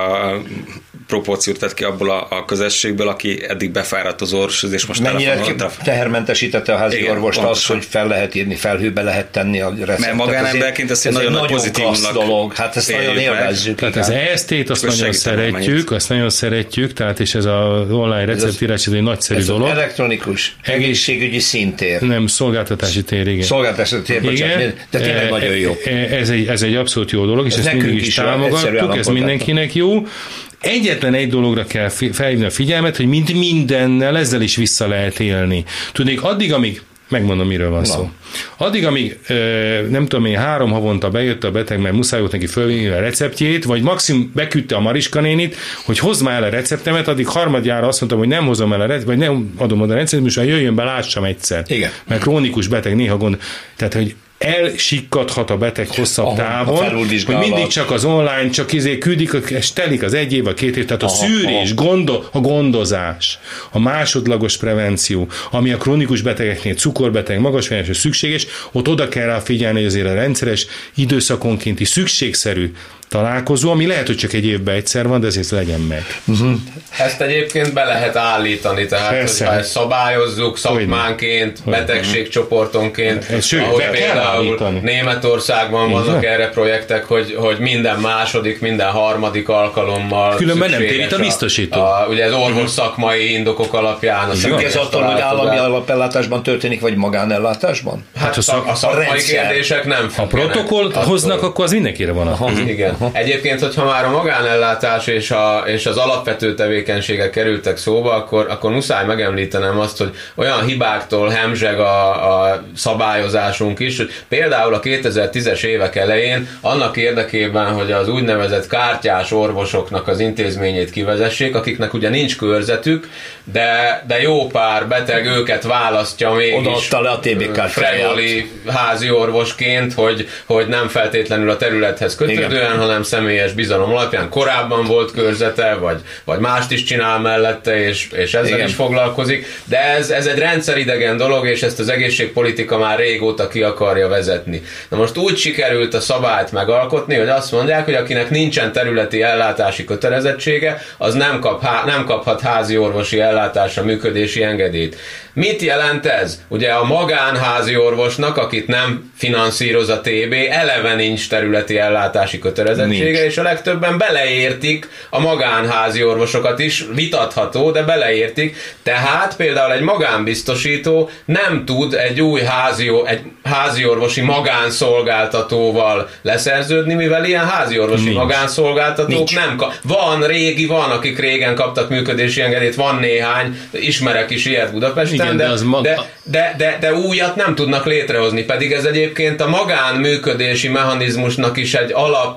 proporciót vett ki abból a, a közösségből, aki eddig befáradt az orvoshoz, és most mennyire tehermentesítette a házi igen, orvost az, hogy fel lehet írni, felhőbe lehet tenni a receptet. Mert magánemberként ezt ez nagyon, nagyon pozitívnak dolog, hát ezt nagyon élvezzük. Tehát az é es té-t azt nagyon szeretjük, azt nagyon szeretjük, tehát és ez az online receptírás, ez egy nagyszerű ez dolog. Elektronikus egészségügyi szintér. Nem, szolgáltatási tér, igen. Szolgáltatási tér, bocsánat, de tényleg nagyon jó. Ez egy, ez egy abszolút jó dolog, és ez ezt mindig is, is támogattuk, ez mindenkinek jó. Egyetlen egy dologra kell felhívni a figyelmet, hogy mint mindennel ezzel is vissza lehet élni. Tudnék, addig, amíg megmondom, miről van szó. Addig, amíg nem tudom én, három havonta bejött a beteg, mert muszáj volt neki fölvinni a receptjét, vagy maximum beküldte a Mariska nénit, hogy hozd már el a receptemet, addig harmadjára azt mondtam, hogy nem hozom el a receptet, vagy nem adom oda a receptet, most már jöjjön be, lássam egyszer. Igen. Mert krónikus beteg néha gond. Tehát, hogy elsikkadhat a beteg hosszabb Aha, távon, hogy mindig csak az online, csak izé küldik, és telik az egy év, a két év, tehát aha, a szűrés, gondo, a gondozás, a másodlagos prevenció, ami a krónikus betegeknél, cukorbeteg, magasványos szükséges, ott oda kell rá figyelni, hogy azért a rendszeres, időszakonkénti szükségszerű találkozó, ami lehet, hogy csak egy évben egyszer van, de ezért legyen meg. Uh-huh. Ezt egyébként be lehet állítani, tehát persze, hogy ezt szabályozzuk szakmánként, betegségcsoportonként, sőt, ahogy például Németországban igen, vannak erre projektek, hogy, hogy minden második, minden harmadik alkalommal különben nem térít a biztosító. A, a, ugye az orvos szakmai indokok alapján. Ez attól, hogy állami alapellátásban történik, vagy magánellátásban? Hát a, szak, a szakmai a kérdések nem függenek. Ha protokollt hoznak, akkor az mindenkire van. Aha, igen. Egyébként, hogyha már a magánellátás és, a, és az alapvető tevékenységek kerültek szóba, akkor, akkor muszáj megemlítenem azt, hogy olyan hibáktól hemzseg a, a szabályozásunk is, hogy például a kétezer-tízes évek elején annak érdekében, hogy az úgynevezett kártyás orvosoknak az intézményét kivezessék, akiknek ugye nincs körzetük, de, de jó pár beteg őket választja mégis odaadta le a té bé kártyáját házi orvosként, hogy, hogy nem feltétlenül a területhez kötődően, hanem személyes bizalom alapján korábban volt körzete, vagy, vagy mást is csinál mellette, és, és ezzel igen, is foglalkozik. De ez, ez egy rendszeridegen dolog, és ezt az egészségpolitika már régóta ki akarja vezetni. Na most úgy sikerült a szabályt megalkotni, hogy azt mondják, hogy akinek nincsen területi ellátási kötelezettsége, az nem, kap, nem kaphat házi orvosi ellátásra működési engedélyt. Mit jelent ez? Ugye a magánházi orvosnak, akit nem finanszíroz a té bé, eleve nincs területi ellátási kötelezettsége, nincs, és a legtöbben beleértik a magánházi orvosokat is, vitatható, de beleértik. Tehát például egy magánbiztosító nem tud egy új házi, egy házi orvosi magánszolgáltatóval leszerződni, mivel ilyen házi orvosi nincs, magánszolgáltatók nincs, nem kap. Van, régi van, akik régen kaptak működési engedélyt, van néhány, ismerek is ilyet Budapesten, igen, de, de, mag... de, de, de, de újat nem tudnak létrehozni, pedig ez egyébként a magánműködési mechanizmusnak is egy alap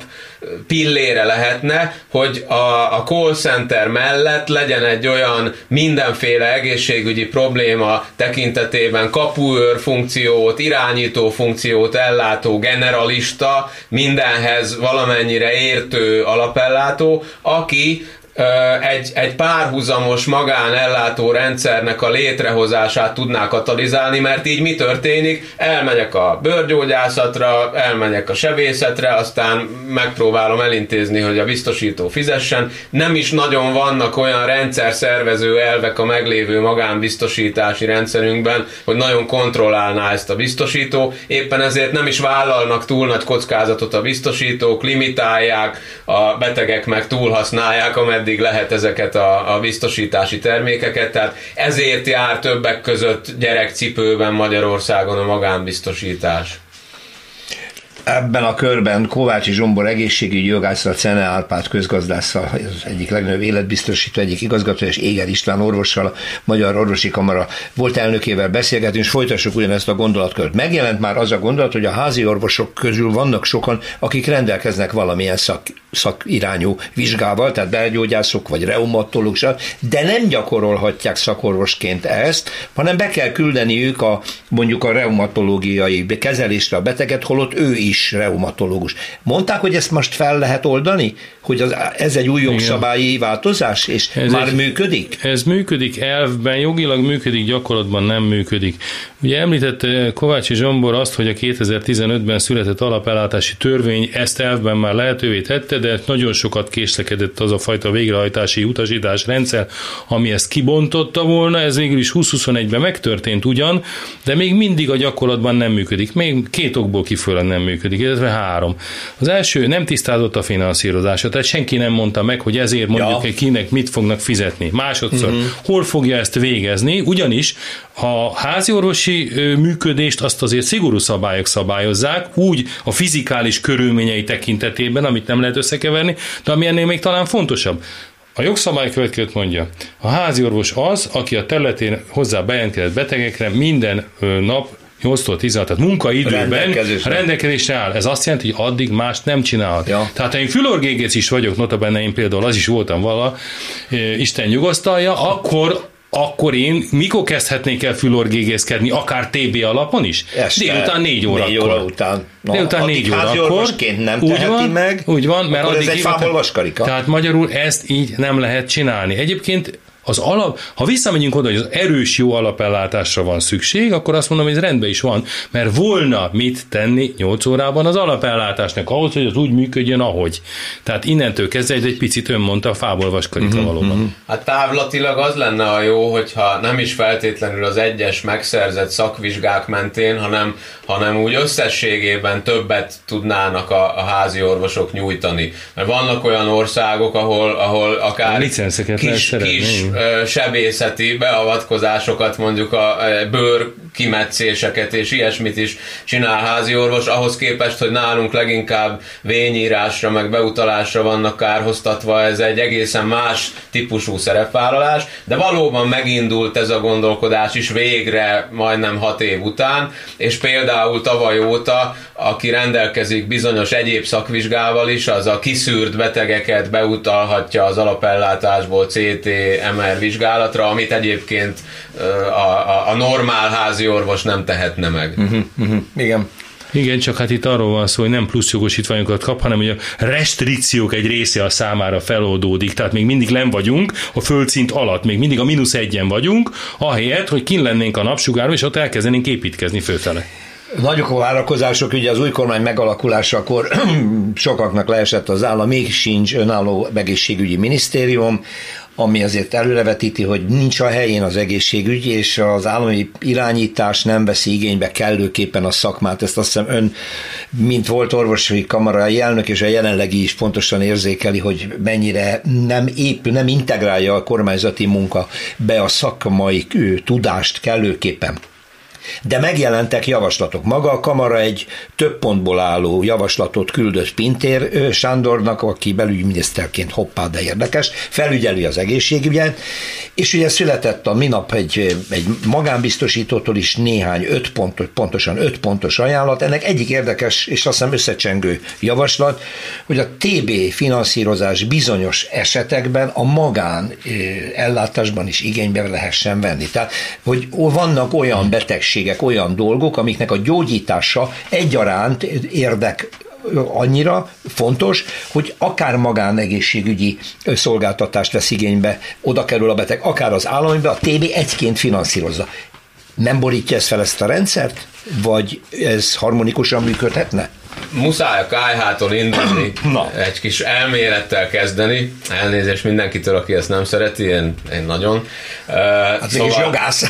pillére lehetne, hogy a, a call center mellett legyen egy olyan mindenféle egészségügyi probléma tekintetében kapuőr funkciót, irányító funkciót ellátó generalista, mindenhez valamennyire értő alapellátó, aki Egy, egy párhuzamos magánellátó rendszernek a létrehozását tudná katalizálni, mert így mi történik? Elmegyek a bőrgyógyászatra, elmegyek a sebészetre, aztán megpróbálom elintézni, hogy a biztosító fizessen. Nem is nagyon vannak olyan rendszerszervező elvek a meglévő magánbiztosítási rendszerünkben, hogy nagyon kontrollálná ezt a biztosító. Éppen ezért nem is vállalnak túl nagy kockázatot a biztosítók, limitálják, a betegek meg túlhasználják, ameddig eddig lehet ezeket a, a biztosítási termékeket, tehát ezért jár többek között gyerekcipőben Magyarországon a magánbiztosítás. Ebben a körben Kovácsi Zsombor egészségügyi jogásszal, Czene Árpád közgazdásszal, az egyik legnagyobb életbiztosító, egyik igazgató, és Éger István orvossal, a Magyar Orvosi Kamara volt elnökével beszélgetünk, és folytassuk ugyanezt a gondolatkört. Megjelent már az a gondolat, hogy a házi orvosok közül vannak sokan, akik rendelkeznek valamilyen szak, szakirányú vizsgával, tehát belgyógyászok vagy reumatológusok, de nem gyakorolhatják szakorvosként ezt, hanem be kell küldeniük a, mondjuk a reumatológiai kezelésre a beteget, holott ő is reumatológus. Mondták, hogy ezt most fel lehet oldani? Hogy az, ez egy új jogszabályi változás, és ez már egy, működik? Ez működik elvben, jogilag működik, gyakorlatban nem működik. Ugye említette Kovácsi Zsombor azt, hogy a kétezer-tizenötben született alapellátási törvény ezt elvben már lehetővé tette, de nagyon sokat késlekedett az a fajta végrehajtási utasítás rendszer, ami ezt kibontotta volna, ez végül is húsz-huszonegyben megtörtént ugyan, de még mindig a gyakorlatban nem működik. Még két okból kifolyólag nem működik, illetve három. Az első, nem tisztázott a finanszírozása, tehát senki nem mondta meg, hogy ezért mondjuk, hogy ja. kinek mit fognak fizetni. Másodszor, uh-huh. hol fogja ezt végezni, ugyanis a háziorvosi működést azt azért szigorú szabályok szabályozzák, úgy a fizikális körülményei tekintetében, amit nem lehet összekeverni, de ami ennél még talán fontosabb. A jogszabály következőt mondja. A háziorvos az, aki a területén hozzá bejelentkezett betegekre minden nap nyolctól tízig, tehát munkaidőben rendelkezésre áll. Ez azt jelenti, hogy addig mást nem csinálhat. Ja. Tehát ha én fülorgégész is vagyok, notabene én például az is voltam vala, Isten nyugosztalja, akkor akkor én mikor kezdhetnék el fülorgégészkedni, akár té bé alapon is? Este délután négy órakor. Négy óra után. No, délután négy órakor. Nem úgy teheti van, meg, úgy van, mert akkor addig ez egy fából vaskarika. Tehát magyarul ezt így nem lehet csinálni. Egyébként az alap, ha visszamegyünk oda, hogy az erős jó alapellátásra van szükség, akkor azt mondom, hogy ez rendben is van, mert volna mit tenni nyolc órában az alapellátásnak ahhoz, hogy az úgy működjön, ahogy. Tehát innentől kezdve egy picit ön mondta, a fából vaskarika uh-huh, valóban. Uh-huh. Hát távlatilag az lenne a jó, hogyha nem is feltétlenül az egyes megszerzett szakvizsgák mentén, hanem, hanem úgy összességében többet tudnának a, a házi orvosok nyújtani. Mert vannak olyan országok, ahol, ahol akár kis, kis sebészeti beavatkozásokat, mondjuk a bőr kimetszéseket és ilyesmit is csinál házi orvos, ahhoz képest, hogy nálunk leginkább vényírásra meg beutalásra vannak kárhoztatva, ez egy egészen más típusú szerepvállalás, de valóban megindult ez a gondolkodás is végre majdnem hat év után, és például tavaly óta, aki rendelkezik bizonyos egyéb szakvizsgával is, az a kiszűrt betegeket beutalhatja az alapellátásból cé té em er vizsgálatra, amit egyébként a, a, a normál házi orvos nem tehetne meg. Uh-huh, uh-huh. Igen. Igen, csak hát itt arról van szó, hogy nem plusz jogosítványokat kap, hanem hogy a restrikciók egy része a számára feloldódik, tehát még mindig len vagyunk a földszint alatt, még mindig a mínusz egyen vagyunk, ahelyett, hogy kint lennénk a napsugárba, és ott elkezdenénk építkezni fölfele. Nagyok a várakozások, ugye az új kormány megalakulásakor sokaknak leesett az állam, még sincs önálló egészségügyi minisztérium, ami azért előrevetíti, hogy nincs a helyén az egészségügy, és az állami irányítás nem veszi igénybe kellőképpen a szakmát. Ezt azt hiszem ön, mint volt orvosi kamarai elnök, és a jelenlegi is pontosan érzékeli, hogy mennyire nem épül, nem integrálja a kormányzati munka be a szakmai tudást kellőképpen. De megjelentek javaslatok. Maga a kamara egy több pontból álló javaslatot küldött Pintér Sándornak, aki belügyminiszterként hoppá, de érdekes, felügyeli az egészségügyet, és ugye született a minap egy, egy magánbiztosítótól is néhány öt pontos, pontosan öt pontos ajánlat. Ennek egyik érdekes, és azt hiszem összecsengő javaslat, hogy a té bé finanszírozás bizonyos esetekben a magán ellátásban is igénybe lehessen venni. Tehát, hogy vannak olyan betegségek, olyan dolgok, amiknek a gyógyítása egyaránt érdek annyira fontos, hogy akár magánegészségügyi szolgáltatást vesz igénybe, oda kerül a beteg, akár az államibe, a té bé egyként finanszírozza. Nem borítja ez fel ezt a rendszert? Vagy ez harmonikusan működhetne? Muszáj a kályhától indulni, egy kis elmélettel kezdeni, elnézést mindenkitől, aki ezt nem szereti, én, én nagyon. Hát szóval... mégis jogász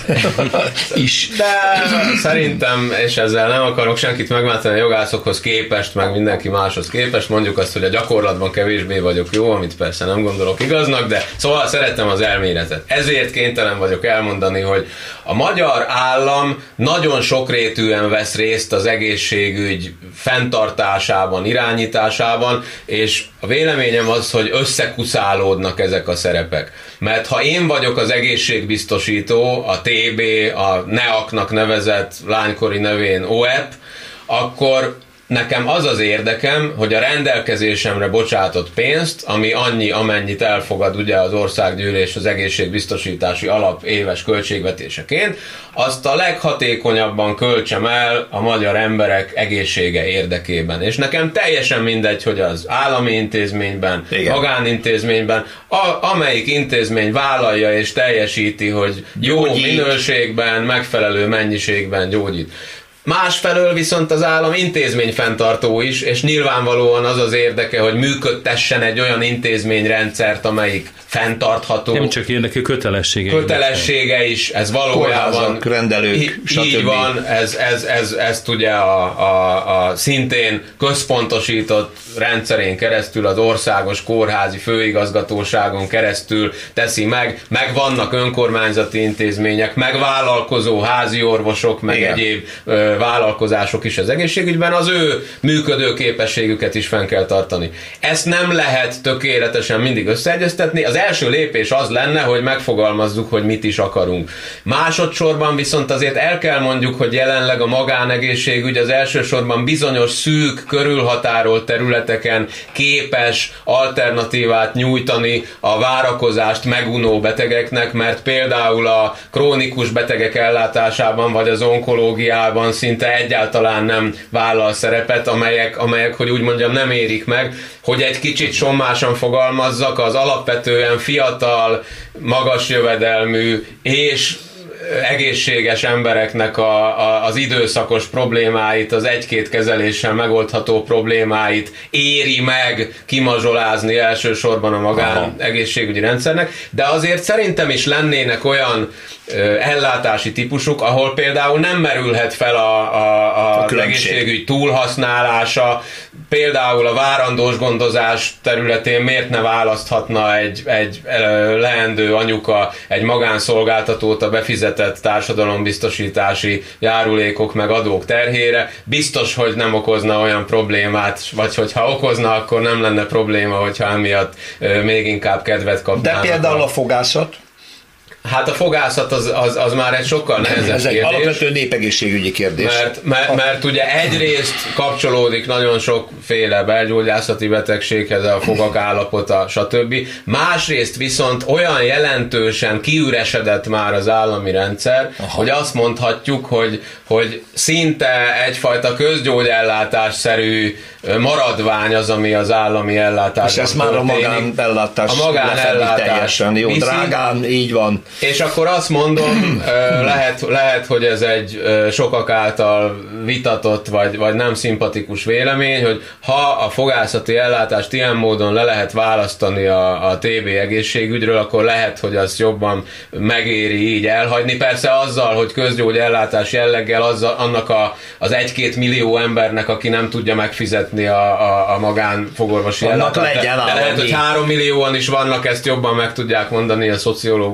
is. De szerintem, és ezzel nem akarok senkit megváltani a jogászokhoz képest, meg mindenki máshoz képest, mondjuk azt, hogy a gyakorlatban kevésbé vagyok jó, amit persze nem gondolok igaznak, de szóval szeretem az elméletet. Ezért kénytelen vagyok elmondani, hogy a magyar állam nagyon sokrétűen vesz részt az egészségügy fenntartásában, irányításában, és a véleményem az, hogy összekuszálódnak ezek a szerepek. Mert ha én vagyok az egészségbiztosító, a té bé, a en e á-nak nevezett lánykori nevén o e pé, akkor nekem az az érdekem, hogy a rendelkezésemre bocsátott pénzt, ami annyi, amennyit elfogad ugye az országgyűlés az egészségbiztosítási alap éves költségvetéseként, azt a leghatékonyabban költsem el a magyar emberek egészsége érdekében. És nekem teljesen mindegy, hogy az állami intézményben, igen, magánintézményben, a, amelyik intézmény vállalja és teljesíti, hogy jó gyógyít, minőségben, megfelelő mennyiségben gyógyít. Másfelől viszont az állam intézményfenntartó is, és nyilvánvalóan az az érdeke, hogy működtessen egy olyan intézményrendszert, amelyik fenntartható. Nem csak érdeke, kötelessége. Kötelessége is, ez valójában kórházak, rendelők, stb. Így van, ez, ez, ez, ezt ugye a, a, a szintén központosított rendszerén keresztül, az országos kórházi főigazgatóságon keresztül teszi meg, meg vannak önkormányzati intézmények, meg vállalkozó házi orvosok, meg igen, egyéb ö, vállalkozások is az egészségügyben, az ő működőképességüket is fenn kell tartani. Ezt nem lehet tökéletesen mindig összeegyeztetni. Az első lépés az lenne, hogy megfogalmazzuk, hogy mit is akarunk. Másodszorban viszont azért el kell mondjuk, hogy jelenleg a magánegészségügy az elsősorban bizonyos szűk, körülhatárolt területeken képes alternatívát nyújtani a várakozást megunó betegeknek, mert például a krónikus betegek ellátásában vagy az onkológiában szinte egyáltalán nem vállal szerepet, amelyek, amelyek, hogy úgy mondjam, nem érik meg, hogy egy kicsit sommásan fogalmazzak, az alapvetően fiatal, magas jövedelmű és egészséges embereknek a, a, az időszakos problémáit, az egy-két kezeléssel megoldható problémáit éri meg kimazsolázni elsősorban a magán egészségügyi rendszernek, de azért szerintem is lennének olyan ö, ellátási típusok, ahol például nem merülhet fel a, a, a, az egészségügy túlhasználása, például a várandós gondozás területén miért ne választhatna egy, egy ö, leendő anyuka egy magánszolgáltatót a befizetett társadalombiztosítási járulékok meg adók terhére. Biztos, hogy nem okozna olyan problémát, vagy hogyha okozna, akkor nem lenne probléma, hogyha emiatt ö, még inkább kedvet kapnának. De például a fogászat? Hát a fogászat az, az, az már egy sokkal nehezebb Ez egy kérdés. alapvető népegészségügyi kérdés. Mert, mert, mert ugye egyrészt kapcsolódik nagyon sokféle belgyógyászati betegséghez, a fogak állapota, stb. Másrészt viszont olyan jelentősen kiüresedett már az állami rendszer, aha, hogy azt mondhatjuk, hogy, hogy szinte egyfajta közgyógyellátásszerű maradvány az, ami az állami ellátásban és ez már a magánellátás a magánellátás teljesen jó, drágán, így van. És akkor azt mondom, lehet, lehet, hogy ez egy sokak által vitatott, vagy, vagy nem szimpatikus vélemény, hogy ha a fogászati ellátást ilyen módon le lehet választani a, a té bé egészségügyről, akkor lehet, hogy azt jobban megéri így elhagyni. Persze azzal, hogy közgyógyellátás jelleggel azzal, annak a, az egy-két millió embernek, aki nem tudja megfizetni a, a, a magánfogorvosi ellátást. De, de lehet, hogy három millióan is vannak, ezt jobban meg tudják mondani a szociológusok, meg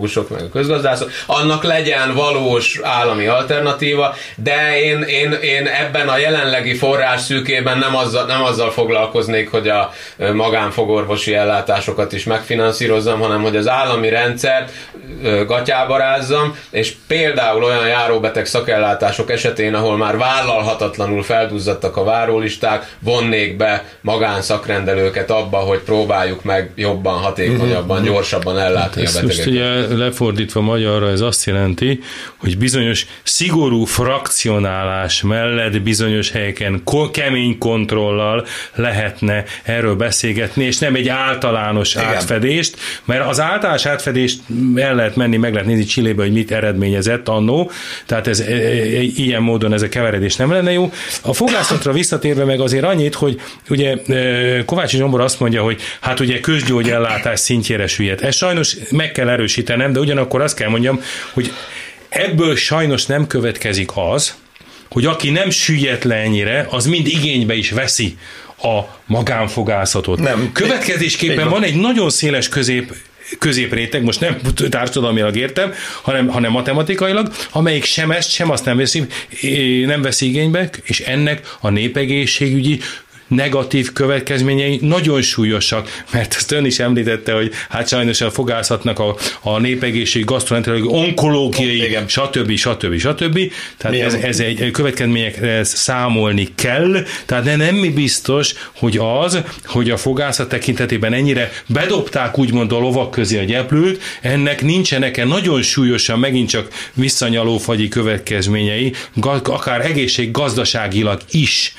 a közgazdászok, annak legyen valós állami alternatíva, de én, én, én ebben a jelenlegi forrás szűkében nem azzal, nem azzal foglalkoznék, hogy a magánfogorvosi ellátásokat is megfinanszírozzam, hanem hogy az állami rendszert gatyába rázzam, és például olyan járóbeteg szakellátások esetén, ahol már vállalhatatlanul felduzzadtak a várólisták, vonnék be magánszakrendelőket abba, hogy próbáljuk meg jobban, hatékonyabban, gyorsabban ellátni ezt a betegeket. Most ugye lefordítva magyarra ez azt jelenti, hogy bizonyos szigorú frakcionálás mellett bizonyos helyeken ko- kemény kontrollal lehetne erről beszélgetni, és nem egy általános Igen. átfedést, mert az általános átfedést el lehet menni, meg lehet nézni Chilébe, hogy mit eredményezett annó, tehát ez, e, e, ilyen módon ez a keveredés nem lenne jó. A fogászatra visszatérve meg azért annyit, hogy ugye Kovács Zsombor azt mondja, hogy hát ugye közgyógyellátás szintjére süllyed. Ez sajnos meg kell erősítenem, de ugyanakkor azt kell mondjam, hogy ebből sajnos nem következik az, hogy aki nem süllyedt le ennyire, az mind igénybe is veszi a magánfogászatot. Nem. Következésképpen van egy nagyon széles közép középréteg, most nem társadalmilag értem, hanem, hanem matematikailag, amelyik sem ezt, sem azt nem veszi, nem veszi igénybe, és ennek a népegészségügyi negatív következményei nagyon súlyosak, mert ezt ön is említette, hogy hát sajnos a fogászatnak a, a népegészség, gasztroenterológiai, onkológiai, Igen. stb. stb. stb. Tehát ez, ez egy következményekre számolni kell, tehát de nem mi biztos, hogy az, hogy a fogászat tekintetében ennyire bedobták úgymond a lovak közé a gyeplőt, ennek nincsenek nagyon súlyosan megint csak visszanyalófagyi következményei, akár egészséggazdaságilag is.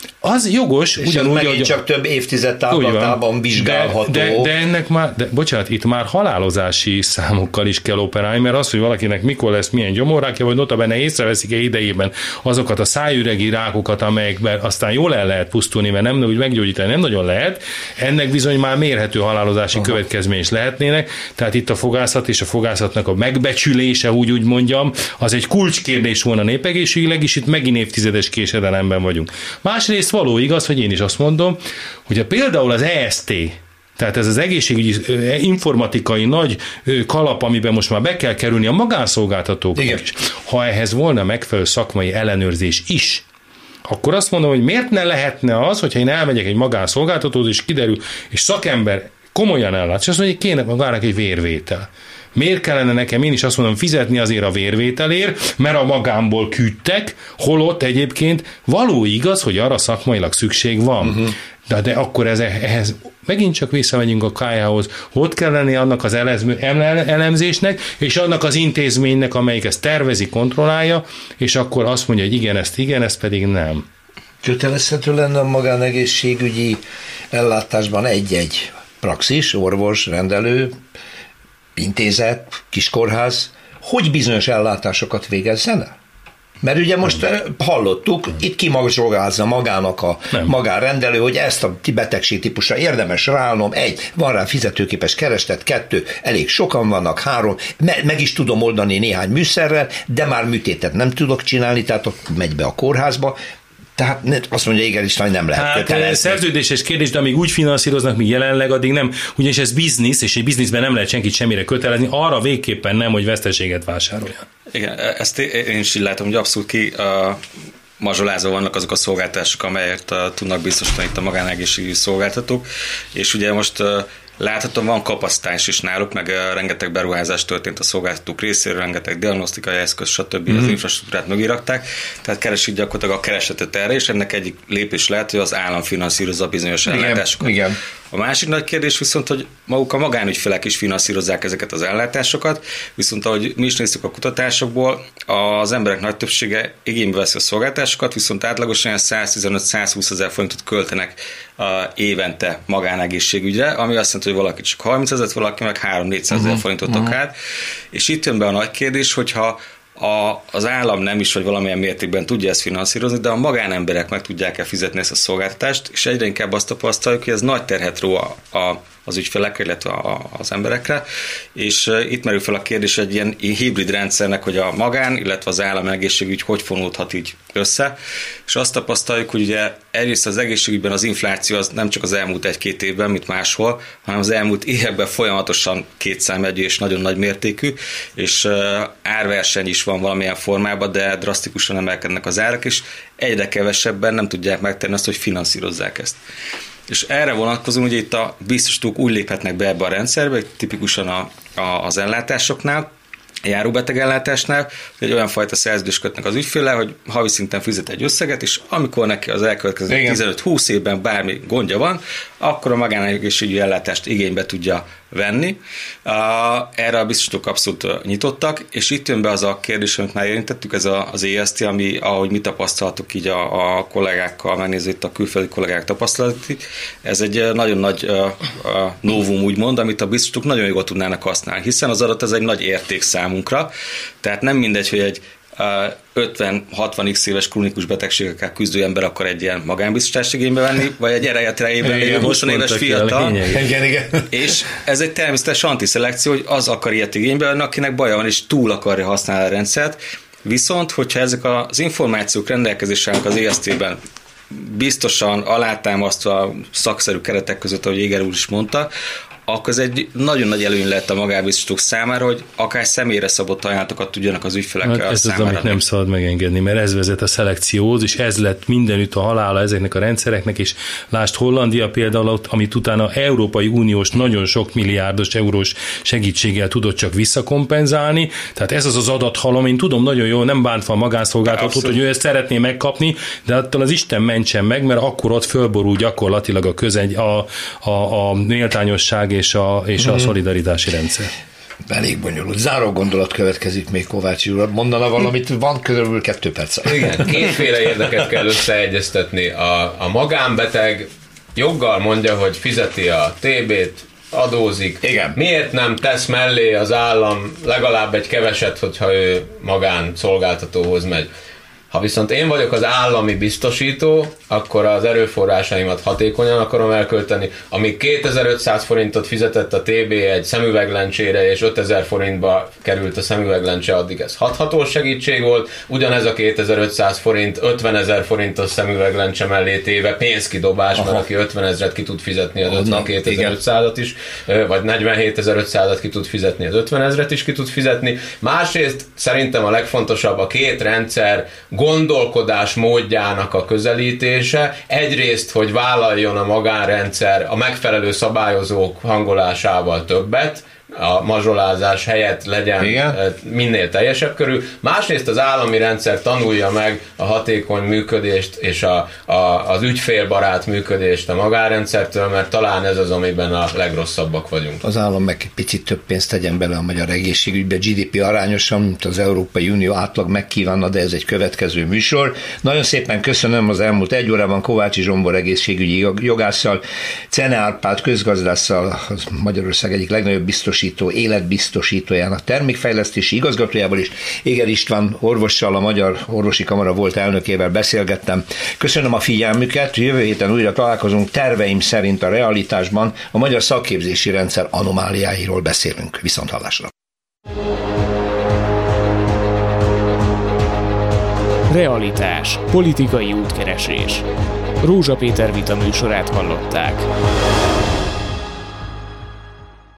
Az jogos, és ugyanúgy, megint hogy csak több évtized távlatában vizsgálható. De, de, de ennek már, de, bocsánat, itt már halálozási számokkal is kell operálni, mert az, hogy valakinek mikor lesz milyen gyomorrákja, vagy notabene észreveszik-e idejében azokat a szájüregi rákokat, amelyekben aztán jól el lehet pusztulni, mert nem úgy meggyógyítani nem nagyon lehet, ennek bizony már mérhető halálozási Aha. következmény is lehetnének, tehát itt a fogászat és a fogászatnak a megbecsülése, úgy úgy mondjam, az egy kulcskérdés volna népegészségileg, és itt megint évtizedes késedelemben vagyunk. Másrészt való igaz, hogy én is azt mondom, hogy a például az E S T, tehát ez az egészségügyi informatikai nagy kalap, amiben most már be kell kerülni a magánszolgáltatók is, ha ehhez volna megfelelő szakmai ellenőrzés is, akkor azt mondom, hogy miért ne lehetne az, hogyha én elmegyek egy magánszolgáltatóhoz, és kiderül, és szakember komolyan ellát, és azt mondja, hogy kéne magának egy vérvétel. Miért kellene nekem, én is azt mondom, fizetni azért a vérvételért, mert a magámból küldtek, holott egyébként való igaz, hogy arra szakmailag szükség van. Uh-huh. De, de akkor ez, ehhez megint csak visszamegyünk a kájához, ott kell lenni annak az elemzésnek, és annak az intézménynek, amelyik ezt tervezi, kontrollálja, és akkor azt mondja, hogy igen, ezt igen, ezt pedig nem. Kötelezhető lenne a magánegészségügyi ellátásban egy-egy praxis, orvos, rendelő, intézet, kiskórház, hogy bizonyos ellátásokat végezzen el? Mert ugye most hallottuk, itt kimagzsolgázza magának a Nem. magánrendelő, hogy ezt a betegség típusra érdemes ráállnom, egy, van rá fizetőképes kereslet, kettő, elég sokan vannak, három, me- meg is tudom oldani néhány műszerrel, de már műtétet nem tudok csinálni, tehát ott megy be a kórházba. Tehát azt mondja, igen, István, nem lehet hát, kötelezni. Szerződéses kérdés, de amíg úgy finanszíroznak, míg jelenleg, addig nem. Ugyanis ez biznisz, és egy bizniszben nem lehet senkit semmire kötelezni, arra végképpen nem, hogy veszteséget vásárolja. Igen, ezt én is így látom, hogy abszolút ki a mazsolázva vannak azok a szolgáltatások, amelyet uh, tudnak biztosítani itt a magánegészségügyi szolgáltatók, és ugye most uh, láthatóan van kapacitás is náluk, meg uh, rengeteg beruházás történt a szolgáltatók részéről, rengeteg diagnosztikai eszköz, stb. Mm-hmm. Az infrastruktúrát mögé rakták, tehát keresik gyakorlatilag a keresletet erre, és ennek egyik lépés lehet, hogy az állam finanszírozza bizonyos ellátásokat. Igen. A másik nagy kérdés viszont, hogy maguk a magánügyfelek is finanszírozzák ezeket az ellátásokat, viszont ahogy mi is néztük a kutatásokból, az emberek nagy többsége igénybe veszi a szolgáltatásokat, viszont átlagosan száztizenöt-százhúsz ezer forintot költenek uh, évente magánegészségügyre, ami azt jelenti, hogy valaki csak harmincezer, valaki meg három-négyszáz ezer uh-huh. forintot uh-huh. akár. És itt jön be a nagy kérdés, hogyha A, az állam nem is, vagy valamilyen mértékben tudja ezt finanszírozni, de a magánemberek meg tudják-e fizetni ezt a szolgáltatást, és egyre inkább azt tapasztaljuk, hogy ez nagy terhet ró a, a az ügyfelekre, illetve az emberekre, és itt merül fel a kérdés egy ilyen hibrid rendszernek, hogy a magán, illetve az állami egészségügy hogy fonódhat így össze, és azt tapasztaljuk, hogy ugye egyrészt az egészségügyben az infláció az nem csak az elmúlt egy-két évben, mint máshol, hanem az elmúlt években folyamatosan kétszámjegyű és nagyon nagy mértékű, és árverseny is van valamilyen formában, de drasztikusan emelkednek az árak, és egyre kevesebben nem tudják megtenni azt, hogy finanszírozzák ezt. És erre vonatkozóan ugye itt a biztosítók úgy léphetnek be ebbe a rendszerbe, tipikusan a, a, az ellátásoknál, járóbetegellátásnál, hogy egy olyan fajta szerződést kötnek az ügyféllel, hogy havi szinten fizet egy összeget, és amikor neki az elkövetkező tizenöt-húsz évben bármi gondja van, akkor a magánegészségügyi ellátást igénybe tudja venni. Erre a biztosítók abszolút nyitottak, és itt jön be az a kérdés, amit már érintettük, ez az é es té, ami, ahogy mi tapasztaltuk így a, a kollégákkal, megnézve itt a külföldi kollégák tapasztalatit, ez egy nagyon nagy novum úgymond, amit a biztosítók nagyon jól tudnának használni, hiszen az adat ez egy nagy érték számunkra, tehát nem mindegy, hogy egy ötven-hatvan éves krónikus betegségekkel küzdő ember akar egy ilyen magánbiztosítást igénybe venni, vagy egy erejetrejében lévő húsz éves fiatal. Igen, igen. És ez egy természetes antiszelekció, hogy az akar ilyet igénybe venni, akinek baja van, és túl akarja használni a rendszert. Viszont, hogyha ezek az információk rendelkezésre állnak az é es té-ben biztosan alátámasztva a szakszerű keretek között, ahogy Éger úr is mondta, akkor ez egy nagyon nagy előny lehet a magánbiztosítók számára, hogy akár személyre szabott ajánlatokat tudjanak az ügyfelekkel hát ez számára. az, amit nem szabad megengedni, mert ez vezet a szelekcióhoz, és ez lett mindenütt a halála ezeknek a rendszereknek, és lásd Hollandia például, amit utána Európai Uniós nagyon sok milliárdos eurós segítséggel tudott csak visszakompenzálni, tehát ez az az adathalom, én tudom nagyon jól, nem bántva a magánszolgáltatót, hogy ő ezt szeretné megkapni, de attól az Isten mentsen meg, mert akkor ott fölborul gyakorlatilag a közegy, a, a, a méltányosság és a, és a szolidaritási rendszer. Elég bonyolult. Záró gondolat következik még Kovács úr. Mondana valamit, van körülbelül kettő perc. Igen, kétféle érdeket kell összeegyeztetni. A, a magánbeteg joggal mondja, hogy fizeti a té bét, adózik. Igen. Miért nem tesz mellé az állam legalább egy keveset, hogyha ő magán szolgáltatóhoz megy? Ha viszont én vagyok az állami biztosító, akkor az erőforrásaimat hatékonyan akarom elkölteni. Amíg kétezer-ötszáz forintot fizetett a té bé egy szemüveglencsére, és ötezer forintba került a szemüveglencse, addig ez hathatós segítség volt. Ugyanez a kétezer-ötszáz forint ötvenezer forintos szemüveglencse mellé téve pénzkidobás, mert aki ötvenezret ki tud fizetni, az ötvenkétezer-ötszázat is, vagy negyvenhétezer-ötszázat ki tud fizetni, az ötvenezret is ki tud fizetni. Másrészt szerintem a legfontosabb a két rendszer gondolkodás módjának a közelítése. Egyrészt, hogy vállaljon a magánrendszer a megfelelő szabályozók hangolásával többet, a mazsolázás helyett legyen Igen. minél teljesebb körül. Másrészt az állami rendszer tanulja meg a hatékony működést és a, a, az ügyfélbarát működést a magánrendszertől, mert talán ez az, amiben a legrosszabbak vagyunk. Az állam meg picit több pénzt tegyen bele a magyar egészségügybe, gé dé pé arányosan, mint az Európai Unió átlag megkívánna, de ez egy következő műsor. Nagyon szépen köszönöm az elmúlt egy órában Kovácsi Zsombor egészségügyi jogásszal, Czene Árpád közgazdásszal, az Magyarország egyik legnagyobb biztosító, életbiztosítójának termékfejlesztési igazgatójával is, Éger István orvossal, a Magyar Orvosi Kamara volt elnökével beszélgettem. Köszönöm a figyelmüket, jövő héten újra találkozunk, terveim szerint a realitásban a magyar szakképzési rendszer anomáliáiról beszélünk. Viszonthallásra. Realitás. Politikai útkeresés. Rózsa Péter vita műsorát hallották.